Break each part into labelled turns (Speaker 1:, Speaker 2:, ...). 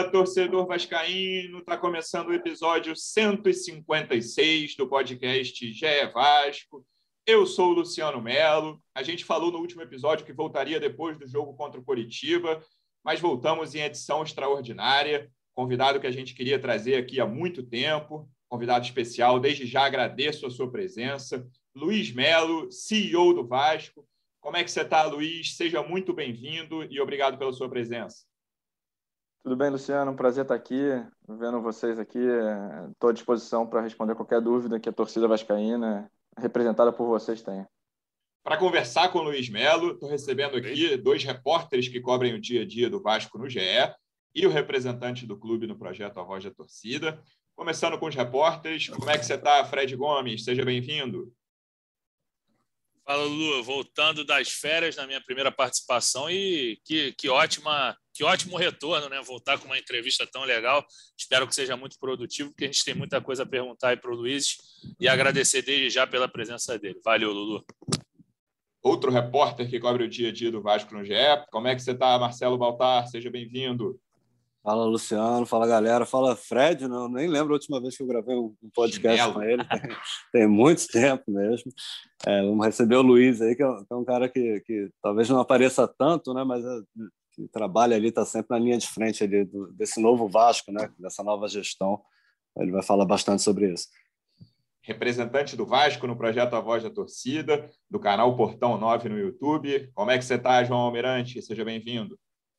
Speaker 1: torcedor vascaíno, está começando o episódio 156 do podcast GE Vasco. Eu sou o Luciano Melo. A gente falou no último episódio que voltaria depois do jogo contra o Coritiba, mas voltamos em edição extraordinária. Convidado que a gente queria trazer aqui há muito tempo, convidado especial. Desde já agradeço a sua presença. Luiz Melo, CEO do Vasco. Como é que você está, Luiz? Seja muito bem-vindo e obrigado pela sua presença.
Speaker 2: Tudo bem, Luciano? Um prazer estar aqui, vendo vocês aqui. Estou à disposição para responder qualquer dúvida que a torcida vascaína, representada por vocês, tenha.
Speaker 1: Para conversar com o Luiz Melo, estou recebendo aqui dois repórteres que cobrem o dia a dia do Vasco no GE e o representante do clube no projeto A Voz da Torcida. Começando com os repórteres, como é que você está, Fred Gomes? Seja bem-vindo.
Speaker 3: Fala, Lulu. Voltando das férias na minha primeira participação e que ótimo retorno, né? Voltar com uma entrevista tão legal. Espero que seja muito produtivo, porque a gente tem muita coisa a perguntar aí para o Luiz e agradecer desde já pela presença dele. Valeu, Lulu.
Speaker 1: Outro repórter que cobre o dia a dia do Vasco no GE. Como é que você está, Marcelo Baltar? Seja bem-vindo.
Speaker 4: Fala, Luciano. Fala, galera. Fala, Fred. Não, nem lembro a última vez que eu gravei um podcast com ele. Tem muito tempo mesmo. Vamos receber o Luiz aí, que é um cara que talvez não apareça tanto, né, mas que trabalha ali, está sempre na linha de frente ali desse novo Vasco, né, dessa nova gestão. Ele vai falar bastante sobre isso.
Speaker 1: Representante do Vasco no projeto A Voz da Torcida, do canal Portão 9 no YouTube. Como é que você está, João Almirante? Seja bem-vindo.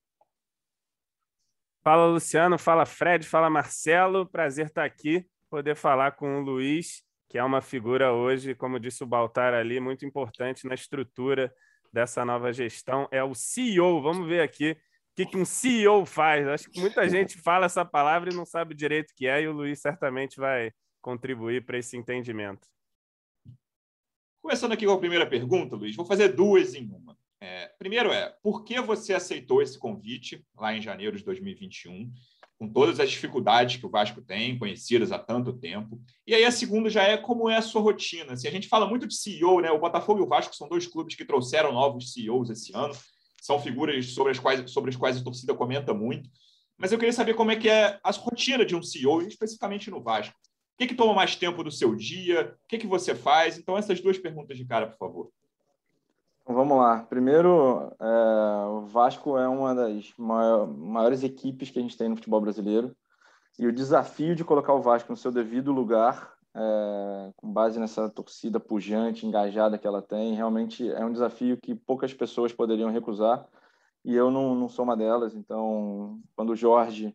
Speaker 5: Fala, Luciano. Fala, Fred. Fala, Marcelo. Prazer estar aqui, poder falar com o Luiz, que é uma figura hoje, como disse o Baltar ali, muito importante na estrutura dessa nova gestão. É o CEO. Vamos ver aqui o que um CEO faz. Acho que muita gente fala essa palavra e não sabe direito o que é, e o Luiz certamente vai contribuir para esse entendimento.
Speaker 1: Começando aqui com a primeira pergunta, Luiz, vou fazer duas em uma. Primeiro por que você aceitou esse convite lá em janeiro de 2021, com todas as dificuldades que o Vasco tem, conhecidas há tanto tempo? E aí a segunda já é como é a sua rotina. Assim, a gente fala muito de CEO, né? O Botafogo e o Vasco são dois clubes que trouxeram novos CEOs esse ano, são figuras sobre as quais a torcida comenta muito, mas eu queria saber como é que é a rotina de um CEO, especificamente no Vasco. O que toma mais tempo do seu dia? O que você faz? Então, essas duas perguntas de cara, por favor.
Speaker 2: Vamos lá. Primeiro, o Vasco é uma das maiores equipes que a gente tem no futebol brasileiro, e o desafio de colocar o Vasco no seu devido lugar, com base nessa torcida pujante, engajada que ela tem, realmente é um desafio que poucas pessoas poderiam recusar, e eu não sou uma delas. Então, quando o Jorge,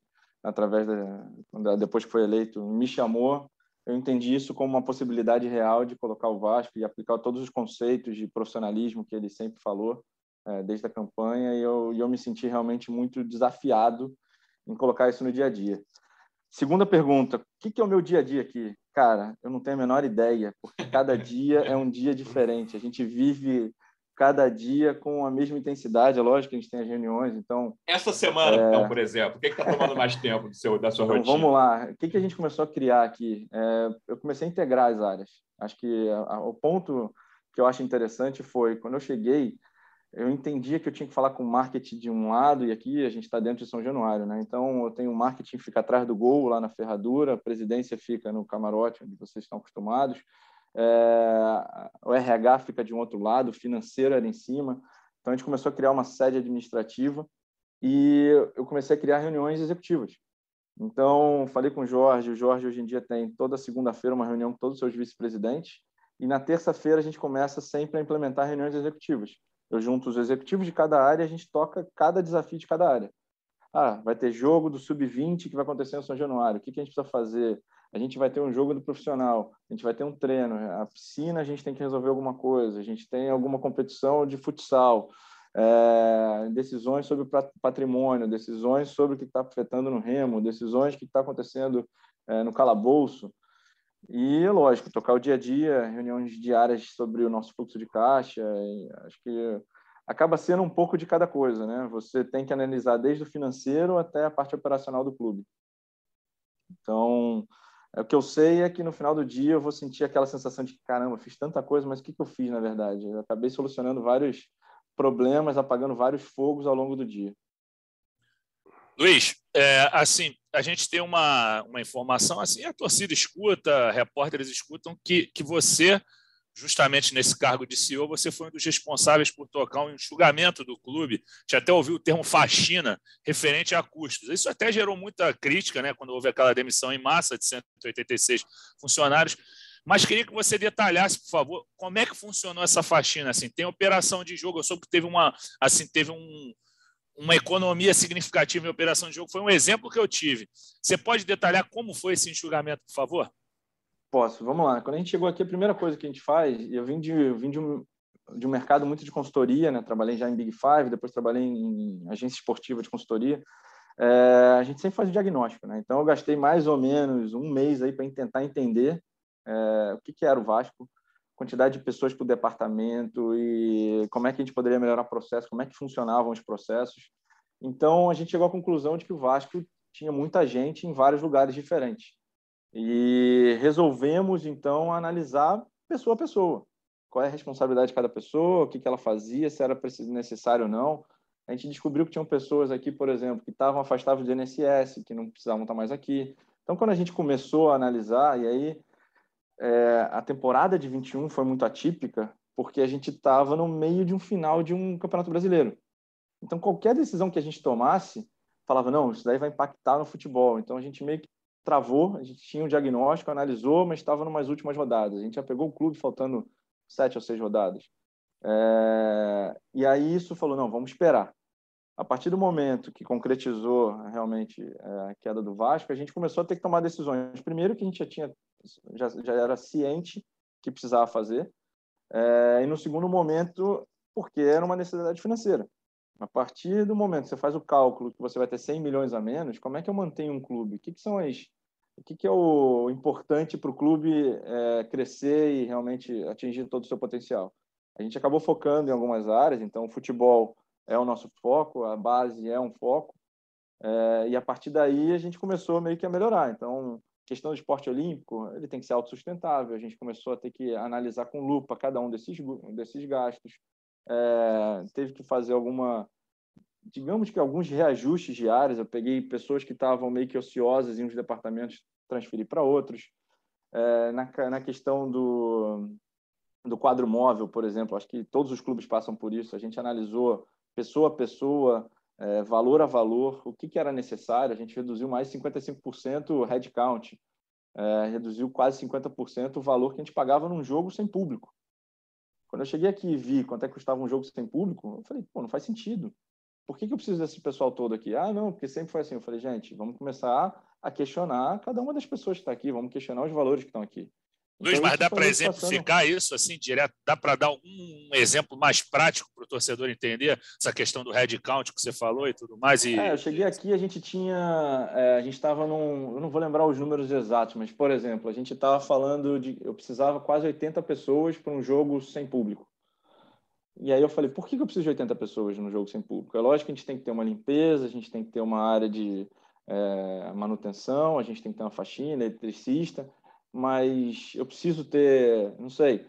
Speaker 2: depois que foi eleito, me chamou, eu entendi isso como uma possibilidade real de colocar o Vasco e aplicar todos os conceitos de profissionalismo que ele sempre falou desde a campanha, e eu me senti realmente muito desafiado em colocar isso no dia a dia. Segunda pergunta, o que é o meu dia a dia aqui? Cara, eu não tenho a menor ideia, porque cada dia é um dia diferente. A gente vive cada dia com a mesma intensidade. É lógico que a gente tem as reuniões, então...
Speaker 1: Essa semana, então, por exemplo, o que está tomando mais tempo da sua rotina?
Speaker 2: Vamos lá. O que a gente começou a criar aqui? Eu comecei a integrar as áreas. Acho que o ponto que eu acho interessante foi, quando eu cheguei, eu entendia que eu tinha que falar com o marketing de um lado, e aqui a gente está dentro de São Januário, né? Então, eu tenho o marketing que fica atrás do gol, lá na ferradura, a presidência fica no camarote, onde vocês estão acostumados, o RH fica de um outro lado, o financeiro era em cima. Então, a gente começou a criar uma sede administrativa e eu comecei a criar reuniões executivas. Então, falei com o Jorge hoje em dia tem toda segunda-feira uma reunião com todos os seus vice-presidentes, e na terça-feira a gente começa sempre a implementar reuniões executivas. Eu junto os executivos de cada área, a gente toca cada desafio de cada área. Vai ter jogo do Sub-20 que vai acontecer em São Januário. O que a gente precisa fazer? A gente vai ter um jogo do profissional, a gente vai ter um treino. A piscina, a gente tem que resolver alguma coisa. A gente tem alguma competição de futsal. Decisões sobre patrimônio, decisões sobre o que está afetando no Remo, decisões do que está acontecendo no calabouço. E, lógico, tocar o dia a dia, reuniões diárias sobre o nosso fluxo de caixa. Acho que acaba sendo um pouco de cada coisa, né? Você tem que analisar desde o financeiro até a parte operacional do clube. Então, o que eu sei é que no final do dia eu vou sentir aquela sensação de caramba, fiz tanta coisa, mas o que eu fiz, na verdade? Eu acabei solucionando vários problemas, apagando vários fogos ao longo do dia.
Speaker 3: Luiz, assim, a gente tem uma informação, assim, a torcida escuta, repórteres escutam, que você, justamente nesse cargo de CEO, você foi um dos responsáveis por tocar um enxugamento do clube. A gente até ouviu o termo faxina referente a custos. Isso até gerou muita crítica, né, quando houve aquela demissão em massa de 186 funcionários. Mas queria que você detalhasse, por favor, como é que funcionou essa faxina. Assim, tem operação de jogo, eu soube que teve uma economia significativa em operação de jogo. Foi um exemplo que eu tive. Você pode detalhar como foi esse enxugamento, por favor?
Speaker 2: Posso, vamos lá. Quando a gente chegou aqui, a primeira coisa que a gente faz, eu vim de um mercado muito de consultoria, né? Trabalhei já em Big Five, depois trabalhei em agência esportiva de consultoria. A gente sempre faz o diagnóstico, né? Então, eu gastei mais ou menos um mês aí para tentar entender o que era o Vasco, quantidade de pessoas para o departamento e como é que a gente poderia melhorar o processo, como é que funcionavam os processos. Então, a gente chegou à conclusão de que o Vasco tinha muita gente em vários lugares diferentes. E resolvemos, então, analisar pessoa a pessoa. Qual é a responsabilidade de cada pessoa, o que ela fazia, se era necessário ou não. A gente descobriu que tinham pessoas aqui, por exemplo, que estavam afastadas do INSS, que não precisavam estar mais aqui. Então, quando a gente começou a analisar, e aí a temporada de 21 foi muito atípica, porque a gente estava no meio de um final de um Campeonato Brasileiro. Então, qualquer decisão que a gente tomasse, falava, não, isso daí vai impactar no futebol. Então, a gente meio que travou, a gente tinha um diagnóstico, analisou, mas estava em umas últimas rodadas. A gente já pegou o clube faltando 7 ou 6 rodadas. E aí isso falou, não, vamos esperar. A partir do momento que concretizou realmente a queda do Vasco, a gente começou a ter que tomar decisões. Primeiro que a gente já era ciente que precisava fazer, e no segundo momento, porque era uma necessidade financeira. A partir do momento que você faz o cálculo que você vai ter 100 milhões a menos, como é que eu mantenho um clube? O que é o importante para o clube crescer e realmente atingir todo o seu potencial? A gente acabou focando em algumas áreas, então o futebol é o nosso foco, a base é um foco, e a partir daí a gente começou meio que a melhorar. Então, questão do esporte olímpico, ele tem que ser autossustentável, a gente começou a ter que analisar com lupa cada um desses gastos, teve que fazer digamos que alguns reajustes diários. Eu peguei pessoas que estavam meio que ociosas em uns departamentos, transferi para outros. Na questão do quadro móvel, por exemplo, acho que todos os clubes passam por isso. A gente analisou pessoa a pessoa, valor a valor, o que era necessário. A gente reduziu mais de 55% o headcount, reduziu quase 50% o valor que a gente pagava num jogo sem público. Quando eu cheguei aqui e vi quanto é que custava um jogo sem público, eu falei, pô, não faz sentido. Por que eu preciso desse pessoal todo aqui? Ah, não, porque sempre foi assim. Eu falei, gente, vamos começar a questionar cada uma das pessoas que está aqui, vamos questionar os valores que estão aqui.
Speaker 3: Luiz, mas dá para exemplificar isso assim direto? Dá para dar um exemplo mais prático para o torcedor entender essa questão do headcount que você falou e tudo mais?
Speaker 2: Eu cheguei aqui, a gente estava eu não vou lembrar os números exatos, mas, por exemplo, a gente estava falando eu precisava quase 80 pessoas para um jogo sem público. E aí eu falei, por que eu preciso de 80 pessoas no jogo sem público? É lógico que a gente tem que ter uma limpeza, a gente tem que ter uma área de manutenção, a gente tem que ter uma faxina, eletricista, mas eu preciso ter, não sei,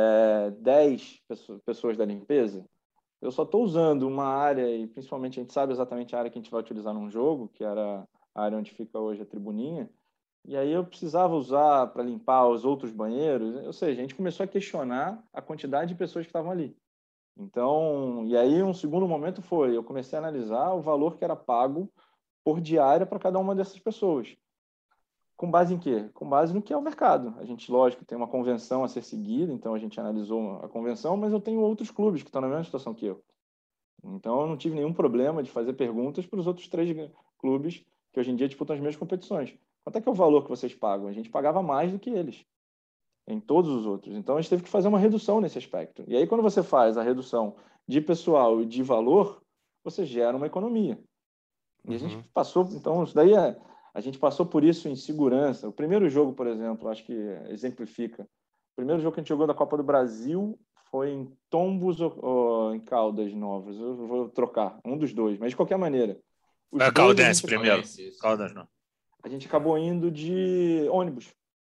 Speaker 2: 10 pessoas da limpeza. Eu só estou usando uma área, e principalmente a gente sabe exatamente a área que a gente vai utilizar num jogo, que era a área onde fica hoje a tribuninha, e aí eu precisava usar para limpar os outros banheiros, ou seja, a gente começou a questionar a quantidade de pessoas que estavam ali. Então, e aí um segundo momento eu comecei a analisar o valor que era pago por diária para cada uma dessas pessoas. Com base em quê? Com base no que é o mercado. A gente, lógico, tem uma convenção a ser seguida, então a gente analisou a convenção, mas eu tenho outros clubes que estão na mesma situação que eu. Então, eu não tive nenhum problema de fazer perguntas para os outros 3 clubes que hoje em dia disputam as mesmas competições. Quanto é que é o valor que vocês pagam? A gente pagava mais do que eles, em todos os outros. Então, a gente teve que fazer uma redução nesse aspecto. E aí, quando você faz a redução de pessoal e de valor, você gera uma economia. E a gente passou, então, isso daí a gente passou por isso em segurança. O primeiro jogo, por exemplo, acho que exemplifica. O primeiro jogo que a gente jogou da Copa do Brasil foi em Tombos ou em Caldas Novas. Eu vou trocar, um dos dois, mas de qualquer maneira.
Speaker 3: Caldense primeiro. Caldas não.
Speaker 2: A gente acabou indo de ônibus.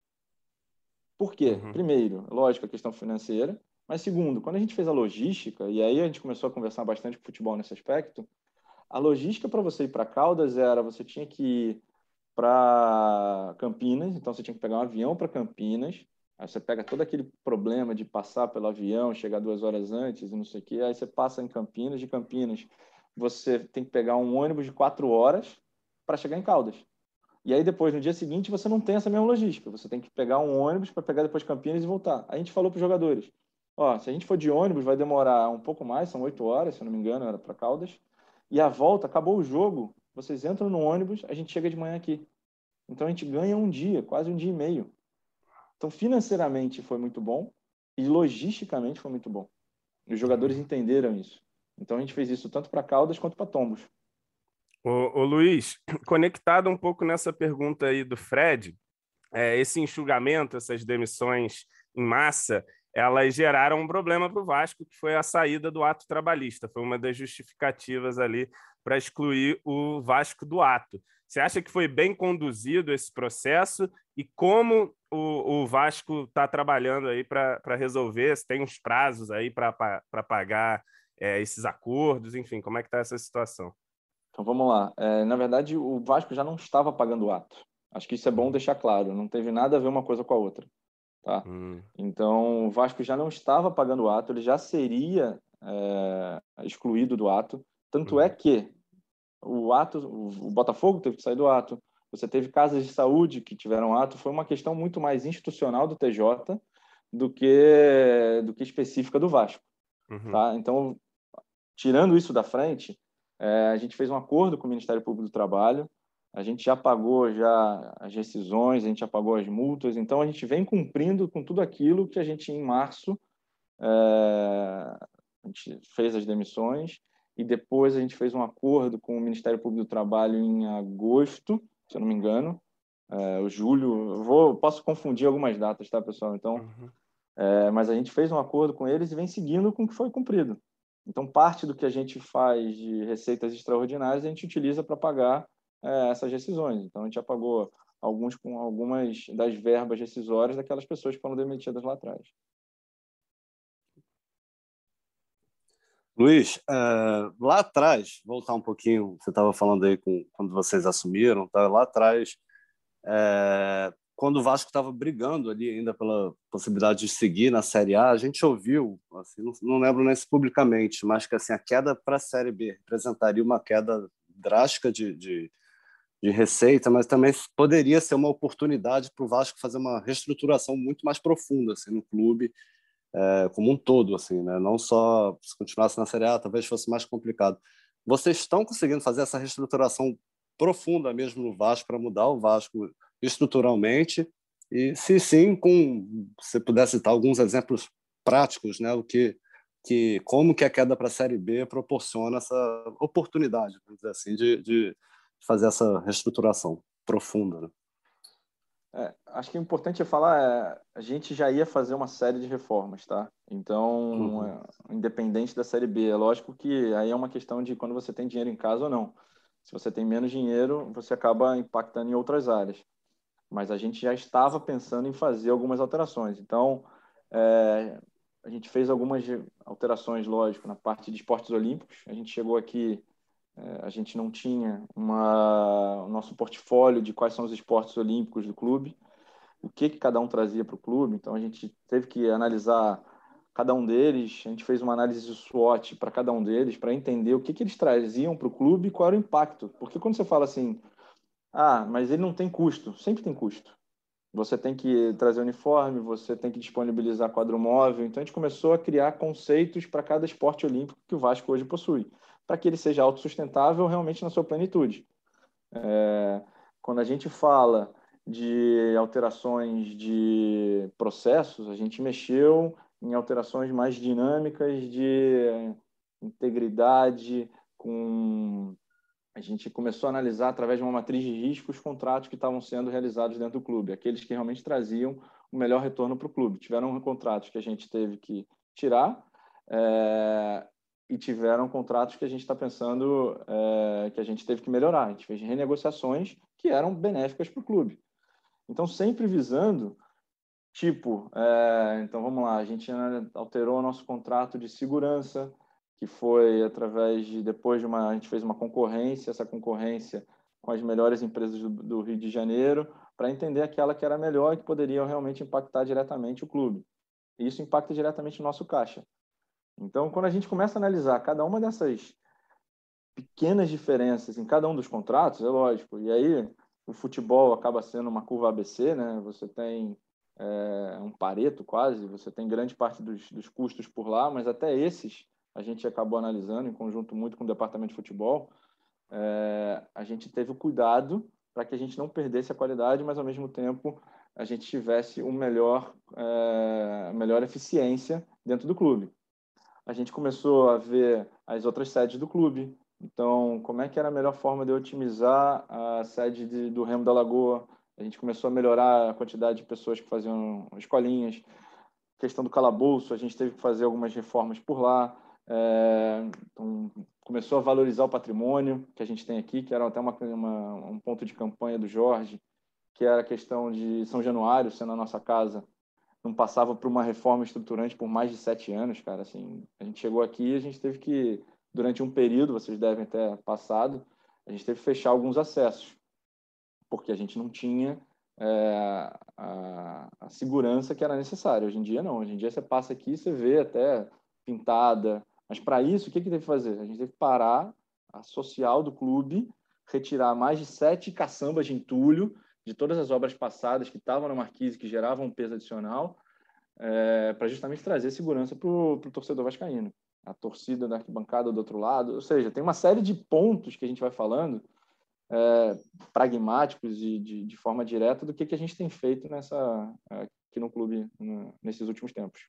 Speaker 2: Por quê? Primeiro, lógico, a questão financeira. Mas segundo, quando a gente fez a logística, e aí a gente começou a conversar bastante com o futebol nesse aspecto, A logística para você ir para Caldas era, você tinha que ir para Campinas, então você tinha que pegar um avião para Campinas, aí você pega todo aquele problema de passar pelo avião, chegar 2 horas antes e não sei o quê, aí você passa em Campinas, de Campinas você tem que pegar um ônibus de 4 horas para chegar em Caldas. E aí depois, no dia seguinte, você não tem essa mesma logística, você tem que pegar um ônibus para pegar depois Campinas e voltar. Aí a gente falou para os jogadores, ó, se a gente for de ônibus vai demorar um pouco mais, são 8 horas, se eu não me engano, era para Caldas, e a volta, acabou o jogo, vocês entram no ônibus, a gente chega de manhã aqui. Então a gente ganha um dia, quase um dia e meio. Então financeiramente foi muito bom e logisticamente foi muito bom. Os jogadores entenderam isso. Então a gente fez isso tanto para Caldas quanto para Tombos.
Speaker 5: Ô Luiz, conectado um pouco nessa pergunta aí do Fred, esse enxugamento, essas demissões em massa, elas geraram um problema para o Vasco, que foi a saída do ato trabalhista. Foi uma das justificativas ali para excluir o Vasco do ato. Você acha que foi bem conduzido esse processo? E como o Vasco está trabalhando aí para resolver? Se tem uns prazos aí para pagar esses acordos? Enfim, como é que está essa situação?
Speaker 2: Então vamos lá. Na verdade, o Vasco já não estava pagando o ato. Acho que isso é bom deixar claro. Não teve nada a ver uma coisa com a outra. Tá? Então, o Vasco já não estava pagando o ato, ele já seria excluído do ato. Tanto é que o Botafogo teve que sair do ato, você teve casas de saúde que tiveram ato, foi uma questão muito mais institucional do TJ do que específica do Vasco. Tá? Então, tirando isso da frente, a gente fez um acordo com o Ministério Público do Trabalho, a gente já pagou já as rescisões, a gente já pagou as multas, então a gente vem cumprindo com tudo aquilo que a gente, em março, a gente fez as demissões e depois a gente fez um acordo com o Ministério Público do Trabalho em agosto, se eu não me engano, o julho, posso confundir algumas datas, tá, pessoal? Então, mas a gente fez um acordo com eles e vem seguindo com o que foi cumprido. Então, parte do que a gente faz de receitas extraordinárias a gente utiliza para pagar essas rescisões. Então, a gente já pagou algumas das verbas rescisórias daquelas pessoas que foram demitidas lá atrás.
Speaker 4: Luiz, lá atrás, voltar um pouquinho, você estava falando aí quando vocês assumiram, tá? Lá atrás, quando o Vasco estava brigando ali ainda pela possibilidade de seguir na Série A, a gente ouviu, assim, não lembro nem se publicamente, mas que assim, a queda para a Série B representaria uma queda drástica de receita, mas também poderia ser uma oportunidade para o Vasco fazer uma reestruturação muito mais profunda assim, no clube, como um todo, assim, né? Não só se continuasse na Série A, talvez fosse mais complicado. Vocês estão conseguindo fazer essa reestruturação profunda mesmo no Vasco para mudar o Vasco estruturalmente? E se sim, se pudesse citar alguns exemplos práticos, né? Como que a queda para a Série B proporciona essa oportunidade, vamos dizer assim, de fazer essa reestruturação profunda, né?
Speaker 2: Acho que o importante é falar, a gente já ia fazer uma série de reformas, tá? Então, independente da Série B, é lógico que aí é uma questão de quando você tem dinheiro em casa ou não. Se você tem menos dinheiro, você acaba impactando em outras áreas. Mas a gente já estava pensando em fazer algumas alterações. Então, a gente fez algumas alterações, lógico, na parte de esportes olímpicos. A gente chegou aqui, a gente não tinha o nosso portfólio de quais são os esportes olímpicos do clube, o que cada um trazia para o clube. Então, a gente teve que analisar cada um deles. A gente fez uma análise de SWOT para cada um deles, para entender o que eles traziam para o clube e qual era o impacto. Porque quando você fala assim, mas ele não tem custo, sempre tem custo. Você tem que trazer uniforme, você tem que disponibilizar quadro móvel. Então, a gente começou a criar conceitos para cada esporte olímpico que o Vasco hoje possui, para que ele seja autossustentável realmente na sua plenitude. Quando a gente fala de alterações de processos, a gente mexeu em alterações mais dinâmicas de integridade, a gente começou a analisar, através de uma matriz de risco, os contratos que estavam sendo realizados dentro do clube, aqueles que realmente traziam o melhor retorno para o clube. Tiveram contratos que a gente teve que tirar e tiveram contratos que a gente está pensando que a gente teve que melhorar. A gente fez renegociações que eram benéficas para o clube. Então, sempre visando, então vamos lá, a gente alterou o nosso contrato de segurança, que foi através de, a gente fez uma concorrência, essa concorrência com as melhores empresas do Rio de Janeiro, para entender aquela que era melhor e que poderia realmente impactar diretamente o clube. E isso impacta diretamente o nosso caixa. Então, quando a gente começa a analisar cada uma dessas pequenas diferenças em cada um dos contratos, é lógico, e aí o futebol acaba sendo uma curva ABC, né? Você tem um Pareto quase, você tem grande parte dos custos por lá, mas até esses a gente acabou analisando em conjunto muito com o departamento de futebol. A gente teve o cuidado para que a gente não perdesse a qualidade, mas ao mesmo tempo a gente tivesse melhor eficiência dentro do clube. A gente começou a ver as outras sedes do clube. Então, como é que era a melhor forma de otimizar a sede do Remo da Lagoa? A gente começou a melhorar a quantidade de pessoas que faziam escolinhas. Questão do calabouço, a gente teve que fazer algumas reformas por lá. Então, começou a valorizar o patrimônio que a gente tem aqui, que era até um ponto de campanha do Jorge, que era a questão de São Januário, sendo a nossa casa, não passava por uma reforma estruturante por mais de 7 anos, cara. Assim, a gente chegou aqui e a gente teve que, durante um período, vocês devem ter passado, a gente teve que fechar alguns acessos, porque a gente não tinha a segurança que era necessária. Hoje em dia, não. Hoje em dia, você passa aqui e você vê até pintada. Mas, para isso, o que teve que fazer? A gente teve que parar a social do clube, retirar mais de 7 caçambas de entulho de todas as obras passadas que estavam na marquise, que geravam um peso adicional, para justamente trazer segurança para o torcedor vascaíno. A torcida da arquibancada do outro lado. Ou seja, tem uma série de pontos que a gente vai falando, pragmáticos e de forma direta do que a gente tem feito aqui no clube nesses últimos tempos.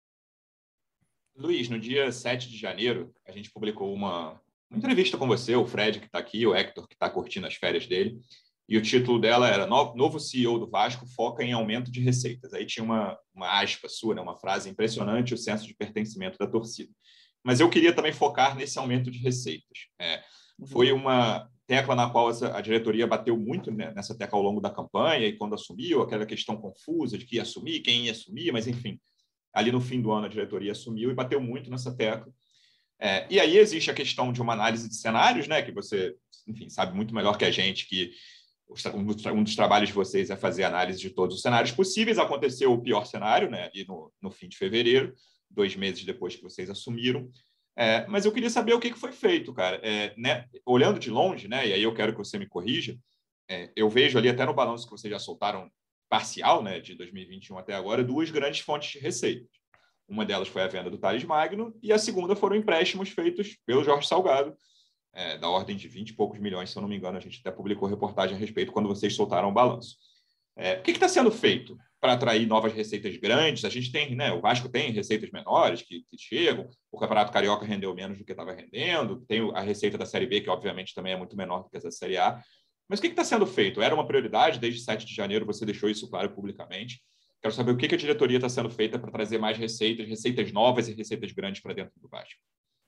Speaker 1: Luiz, no dia 7 de janeiro, a gente publicou uma entrevista com você, o Fred, que está aqui, o Hector, que está curtindo as férias dele, e o título dela era Novo CEO do Vasco foca em aumento de receitas. Aí tinha uma aspa sua, né, uma frase impressionante, o senso de pertencimento da torcida. Mas eu queria também focar nesse aumento de receitas. Foi uma tecla na qual a diretoria bateu muito, né, nessa tecla ao longo da campanha, e quando assumiu, aquela questão confusa de que ia assumir, quem ia assumir, mas enfim, ali no fim do ano a diretoria assumiu e bateu muito nessa tecla. E aí existe a questão de uma análise de cenários, né, que você, enfim, sabe muito melhor que a gente, que um dos trabalhos de vocês é fazer análise de todos os cenários possíveis. Aconteceu o pior cenário, né, ali no fim de fevereiro, 2 meses depois que vocês assumiram. Mas eu queria saber o que foi feito, cara. Né, olhando de longe, né, e aí eu quero que você me corrija, eu vejo ali até no balanço que vocês já soltaram parcial, né, de 2021 até agora, 2 grandes fontes de receita. Uma delas foi a venda do Thales Magno e a segunda foram empréstimos feitos pelo Jorge Salgado, da ordem de 20 e poucos milhões, se eu não me engano. A gente até publicou reportagem a respeito quando vocês soltaram o balanço. O que está sendo feito para atrair novas receitas grandes? A gente tem, né, o Vasco tem receitas menores que chegam, o Campeonato Carioca rendeu menos do que estava rendendo, tem a receita da Série B, que obviamente também é muito menor do que essa da Série A. Mas o que está sendo feito? Era uma prioridade, desde 7 de janeiro você deixou isso claro publicamente. Quero saber o que a diretoria está sendo feita para trazer mais receitas novas e receitas grandes para dentro do Vasco.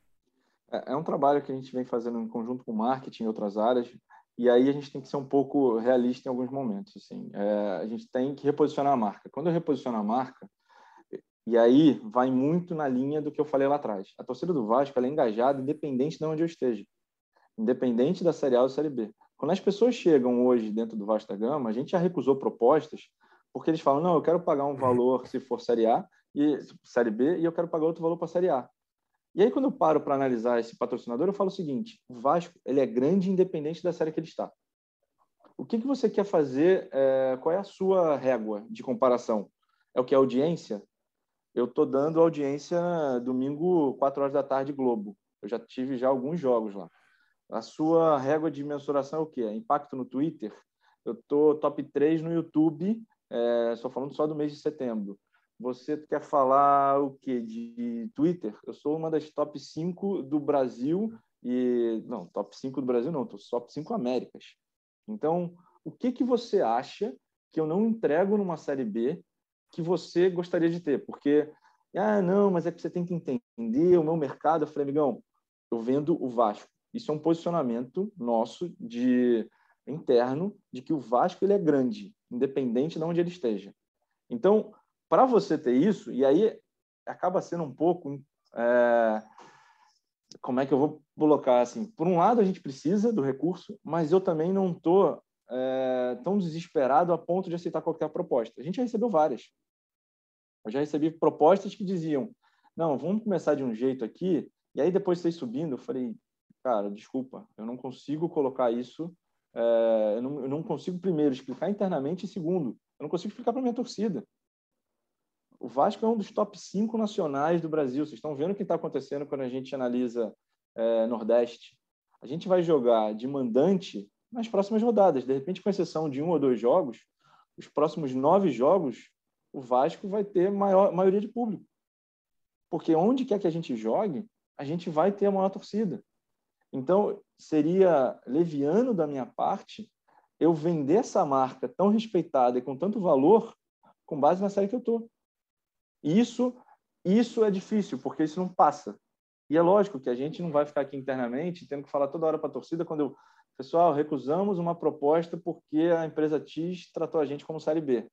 Speaker 2: É um trabalho que a gente vem fazendo em conjunto com o marketing e outras áreas, e aí a gente tem que ser um pouco realista em alguns momentos. Assim. A gente tem que reposicionar a marca. Quando eu reposiciono a marca, e aí vai muito na linha do que eu falei lá atrás. A torcida do Vasco ela é engajada independente de onde eu esteja, independente da Série A ou da Série B. Quando as pessoas chegam hoje dentro do Vasco da Gama, a gente já recusou propostas porque eles falam, não, eu quero pagar um valor se for Série A e Série B e eu quero pagar outro valor para a Série A. E aí, quando eu paro para analisar esse patrocinador, eu falo o seguinte, o Vasco ele é grande independente da série que ele está. O que você quer fazer? Qual é a sua régua de comparação? É o que é audiência? Eu estou dando audiência domingo, 4 horas da tarde, Globo. Eu já tive alguns jogos lá. A sua régua de mensuração é o quê? É impacto no Twitter? Eu estou top 3 no YouTube, estou falando só do mês de setembro. Você quer falar o quê? De Twitter? Eu sou uma das top 5 do Brasil e... Não, top 5 do Brasil não, estou top 5 Américas. Então, o que você acha que eu não entrego numa Série B que você gostaria de ter? Porque, não, mas é que você tem que entender o meu mercado. Eu falei, amigão, eu vendo o Vasco. Isso é um posicionamento nosso interno de que o Vasco ele é grande, independente de onde ele esteja. Então, para você ter isso, e aí acaba sendo um pouco como é que eu vou colocar assim? Por um lado, a gente precisa do recurso, mas eu também não estou tão desesperado a ponto de aceitar qualquer proposta. A gente já recebeu várias. Eu já recebi propostas que diziam, não, vamos começar de um jeito aqui, e aí depois vocês subindo, eu falei, cara, desculpa, eu não consigo colocar isso, eu não consigo, primeiro, explicar internamente, e segundo, eu não consigo explicar para minha torcida. O Vasco é um dos top 5 nacionais do Brasil. Vocês estão vendo o que está acontecendo quando a gente analisa Nordeste. A gente vai jogar de mandante nas próximas rodadas. De repente, com exceção de 1 ou 2 jogos, os próximos 9 jogos, o Vasco vai ter maioria de público. Porque onde quer que a gente jogue, a gente vai ter a maior torcida. Então, seria leviano da minha parte eu vender essa marca tão respeitada e com tanto valor com base na série que eu estou. Isso é difícil, porque isso não passa. E é lógico que a gente não vai ficar aqui internamente tendo que falar toda hora para a torcida pessoal, recusamos uma proposta porque a empresa X tratou a gente como Série B.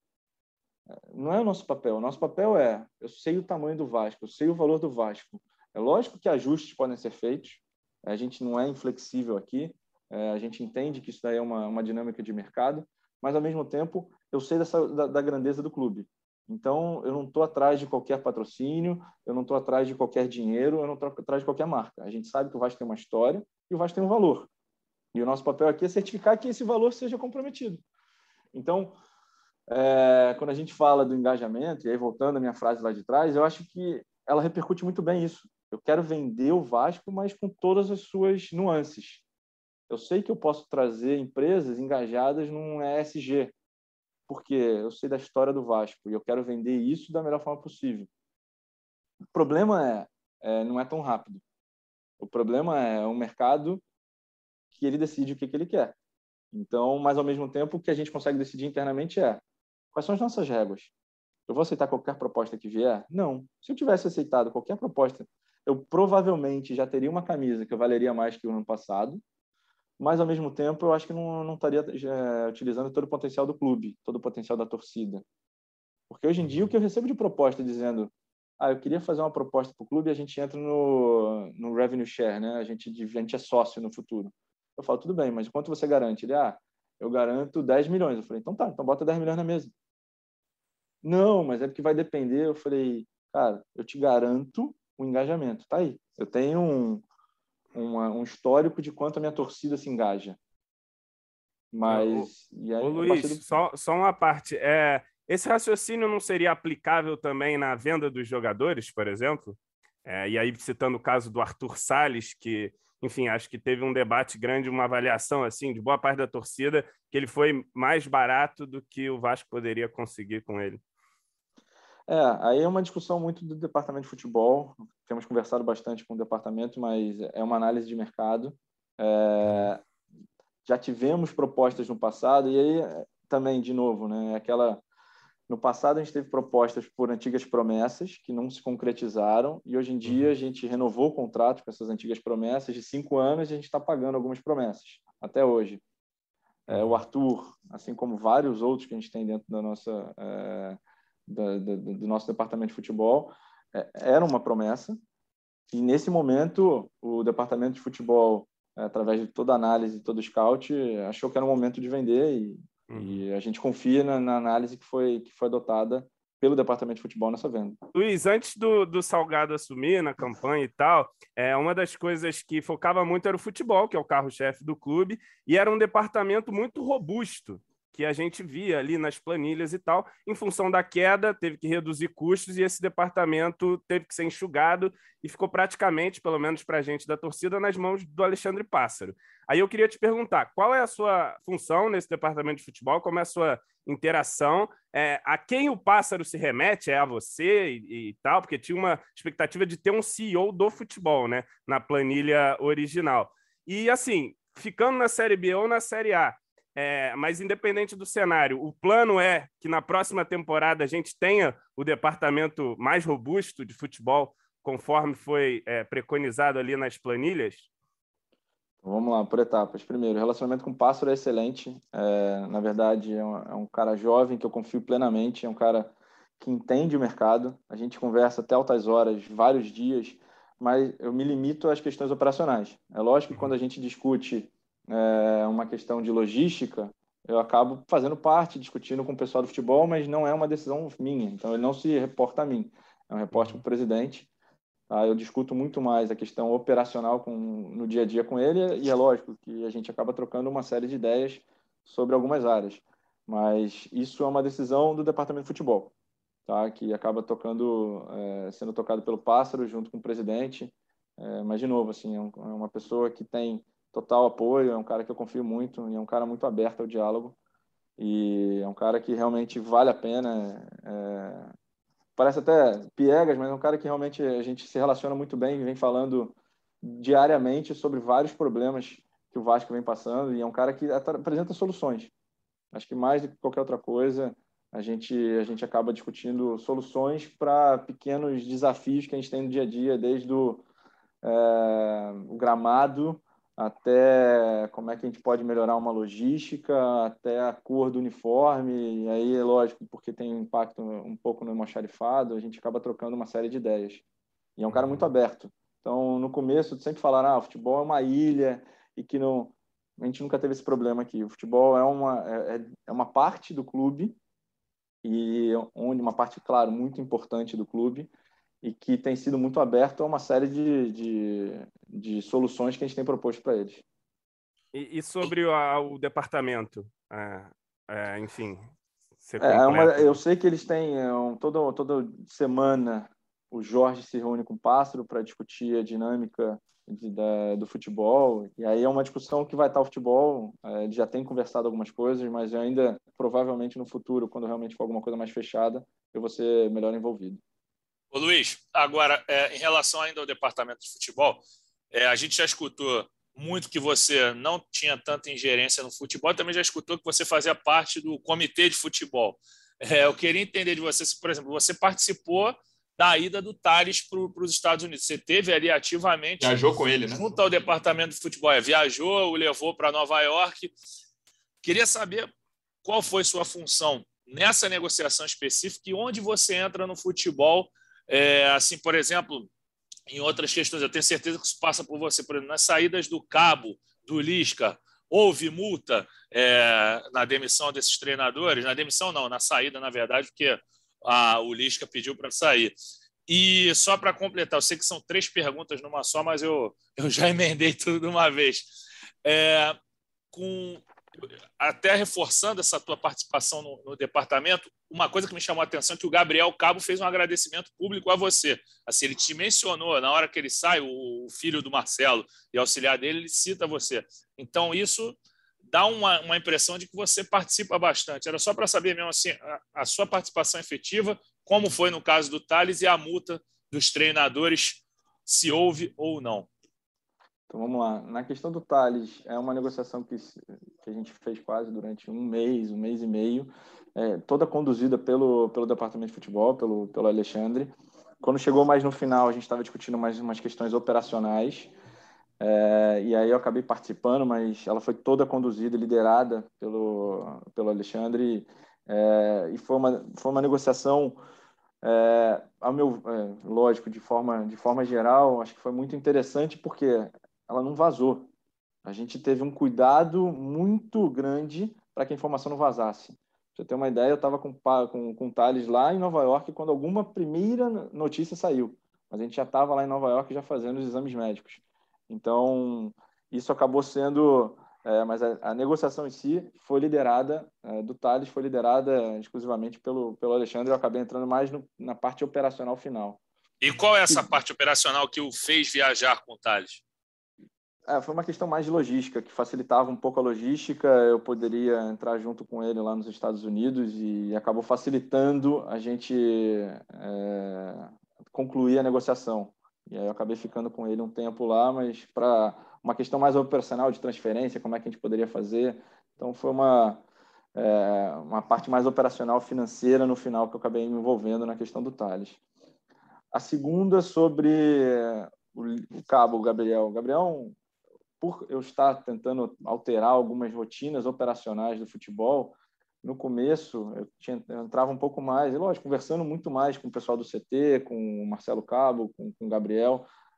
Speaker 2: Não é o nosso papel. O nosso papel eu sei o tamanho do Vasco, eu sei o valor do Vasco. É lógico que ajustes podem ser feitos, a gente não é inflexível aqui, a gente entende que isso daí é uma dinâmica de mercado, mas, ao mesmo tempo, eu sei da grandeza do clube. Então, eu não estou atrás de qualquer patrocínio, eu não estou atrás de qualquer dinheiro, eu não estou atrás de qualquer marca. A gente sabe que o Vasco tem uma história e o Vasco tem um valor. E o nosso papel aqui é certificar que esse valor seja comprometido. Então, quando a gente fala do engajamento, e aí voltando à minha frase lá de trás, eu acho que ela repercute muito bem isso. Eu quero vender o Vasco, mas com todas as suas nuances. Eu sei que eu posso trazer empresas engajadas num ESG, porque eu sei da história do Vasco e eu quero vender isso da melhor forma possível. O problema não é tão rápido. O problema é um mercado que ele decide o que ele quer. Então, mas ao mesmo tempo, o que a gente consegue decidir internamente quais são as nossas réguas. Eu vou aceitar qualquer proposta que vier? Não. Se eu tivesse aceitado qualquer proposta, eu provavelmente já teria uma camisa que eu valeria mais que o ano passado, mas, ao mesmo tempo, eu acho que não estaria utilizando todo o potencial do clube, todo o potencial da torcida. Porque, hoje em dia, o que eu recebo de proposta dizendo eu queria fazer uma proposta para o clube e a gente entra no revenue share, né? A gente é sócio no futuro. Eu falo, tudo bem, mas quanto você garante? Ele, eu garanto 10 milhões. Eu falei, então tá, então bota 10 milhões na mesa. Não, mas é porque vai depender. Eu falei, cara, eu te garanto o engajamento. Tá aí. Eu tenho um histórico de quanto a minha torcida se engaja. Mas...
Speaker 5: Ô Luiz, só uma parte. Esse raciocínio não seria aplicável também na venda dos jogadores, por exemplo? E aí, citando o caso do Arthur Salles, que, enfim, acho que teve um debate grande, uma avaliação assim de boa parte da torcida, que ele foi mais barato do que o Vasco poderia conseguir com ele.
Speaker 2: Aí é uma discussão muito do departamento de futebol. Temos conversado bastante com o departamento, mas é uma análise de mercado. Já tivemos propostas no passado, e aí também, de novo, né, no passado a gente teve propostas por antigas promessas que não se concretizaram, e hoje em dia a gente renovou o contrato com essas antigas promessas de 5 anos e a gente está pagando algumas promessas, até hoje. O Arthur, assim como vários outros que a gente tem dentro da nossa... do nosso departamento de futebol, era uma promessa, e nesse momento o departamento de futebol, através de toda a análise, todo o scout, achou que era o momento de vender, e a gente confia na análise que foi adotada pelo departamento de futebol nessa venda.
Speaker 5: Luiz, antes do Salgado assumir na campanha e tal, uma das coisas que focava muito era o futebol, que é o carro-chefe do clube, e era um departamento muito robusto, que a gente via ali nas planilhas e tal. Em função da queda, teve que reduzir custos e esse departamento teve que ser enxugado e ficou praticamente, pelo menos para a gente da torcida, nas mãos do Alexandre Pássaro. Aí eu queria te perguntar, qual é a sua função nesse departamento de futebol, como é a sua interação, a quem o Pássaro se remete, a você e tal, porque tinha uma expectativa de ter um CEO do futebol, né, na planilha original. E assim, ficando na Série B ou na Série A, mas independente do cenário, o plano é que na próxima temporada a gente tenha o departamento mais robusto de futebol, conforme foi preconizado ali nas planilhas?
Speaker 2: Vamos lá, por etapas. Primeiro, o relacionamento com o Pássaro é excelente. Na verdade, é um cara jovem que eu confio plenamente, é um cara que entende o mercado. A gente conversa até altas horas, vários dias, mas eu me limito às questões operacionais. É lógico que quando a gente discute uma questão de logística, eu acabo fazendo parte, discutindo com o pessoal do futebol, mas não é uma decisão minha. Então, ele não se reporta a mim. É um reporte para o presidente. Tá? Eu discuto muito mais a questão operacional no dia a dia com ele, e é lógico que a gente acaba trocando uma série de ideias sobre algumas áreas. Mas isso é uma decisão do departamento de futebol, tá? Que acaba sendo tocado pelo Pássaro junto com o presidente. Mas, de novo, assim, é uma pessoa que tem total apoio, é um cara que eu confio muito, e é um cara muito aberto ao diálogo, e é um cara que realmente vale a pena. Parece até piegas, mas é um cara que realmente a gente se relaciona muito bem, vem falando diariamente sobre vários problemas que o Vasco vem passando, e é um cara que apresenta soluções. Acho que mais do que qualquer outra coisa, a gente acaba discutindo soluções para pequenos desafios que a gente tem no dia a dia, desde o gramado até como é que a gente pode melhorar uma logística, até a cor do uniforme. E aí, é lógico, porque tem um impacto um pouco no almoxarifado, a gente acaba trocando uma série de ideias. E é um cara muito aberto. Então, no começo, sempre falaram, o futebol é uma ilha e que não... A gente nunca teve esse problema aqui. O futebol é uma parte do clube, e uma parte, claro, muito importante do clube, e que tem sido muito aberto a uma série de soluções que a gente tem proposto para eles.
Speaker 5: E sobre o departamento? Enfim, você
Speaker 2: eu sei que eles têm toda semana o Jorge se reúne com o Pássaro para discutir a dinâmica do futebol, e aí é uma discussão que vai estar o futebol. Ele já tem conversado algumas coisas, mas eu ainda, provavelmente no futuro, quando realmente for alguma coisa mais fechada, eu vou ser melhor envolvido.
Speaker 3: Ô Luiz, agora, em relação ainda ao departamento de futebol, a gente já escutou muito que você não tinha tanta ingerência no futebol, também já escutou que você fazia parte do comitê de futebol. Eu queria entender de você se, por exemplo, você participou da ida do Tales para os Estados Unidos. Você teve ali ativamente...
Speaker 1: Viajou com ele, né?
Speaker 3: Junto ao departamento de futebol. Viajou, o levou para Nova York. Queria saber qual foi sua função nessa negociação específica e onde você entra no futebol. Assim, por exemplo, em outras questões, eu tenho certeza que isso passa por você. Por exemplo, nas saídas do Cabo, do Lisca, houve multa na demissão desses treinadores? Na demissão não, na saída, na verdade, porque o Lisca pediu para sair. E só para completar, eu sei que são 3 perguntas numa só, mas eu já emendei tudo de uma vez. Até reforçando essa tua participação no departamento, uma coisa que me chamou a atenção é que o Gabriel Cabo fez um agradecimento público a você. Assim, ele te mencionou, na hora que ele sai, o filho do Marcelo e auxiliar dele, ele cita você. Então, isso dá uma impressão de que você participa bastante. Era só para saber mesmo assim, a sua participação efetiva, como foi no caso do Tales, e a multa dos treinadores, se houve ou não.
Speaker 2: Então, vamos lá. Na questão do Tales, é uma negociação que a gente fez quase durante um mês e meio, toda conduzida pelo departamento de futebol, pelo Alexandre. Quando chegou mais no final, a gente estava discutindo mais umas questões operacionais, e aí eu acabei participando, mas ela foi toda conduzida e liderada pelo Alexandre, e foi uma negociação, lógico, de forma geral, acho que foi muito interessante, porque ela não vazou. A gente teve um cuidado muito grande para que a informação não vazasse. Pra você ter uma ideia, eu estava com o Thales lá em Nova York quando alguma primeira notícia saiu. Mas a gente já estava lá em Nova York já fazendo os exames médicos. Então, isso acabou sendo... mas a negociação em si foi liderada, do Thales foi liderada exclusivamente pelo Alexandre. Eu acabei entrando mais na parte operacional final.
Speaker 3: E qual é essa parte operacional que o fez viajar com o Thales?
Speaker 2: Foi uma questão mais de logística, que facilitava um pouco a logística. Eu poderia entrar junto com ele lá nos Estados Unidos e acabou facilitando a gente concluir a negociação. E aí eu acabei ficando com ele um tempo lá, mas para uma questão mais operacional de transferência, como é que a gente poderia fazer. Então foi uma parte mais operacional financeira no final que eu acabei me envolvendo na questão do Tales. A segunda sobre o Cabo, o Gabriel. Gabriel, por eu estar tentando alterar algumas rotinas operacionais do futebol, no começo eu entrava um pouco mais, e lógico, conversando muito mais com o pessoal do CT, com o Marcelo Cabo, com o Gabriel,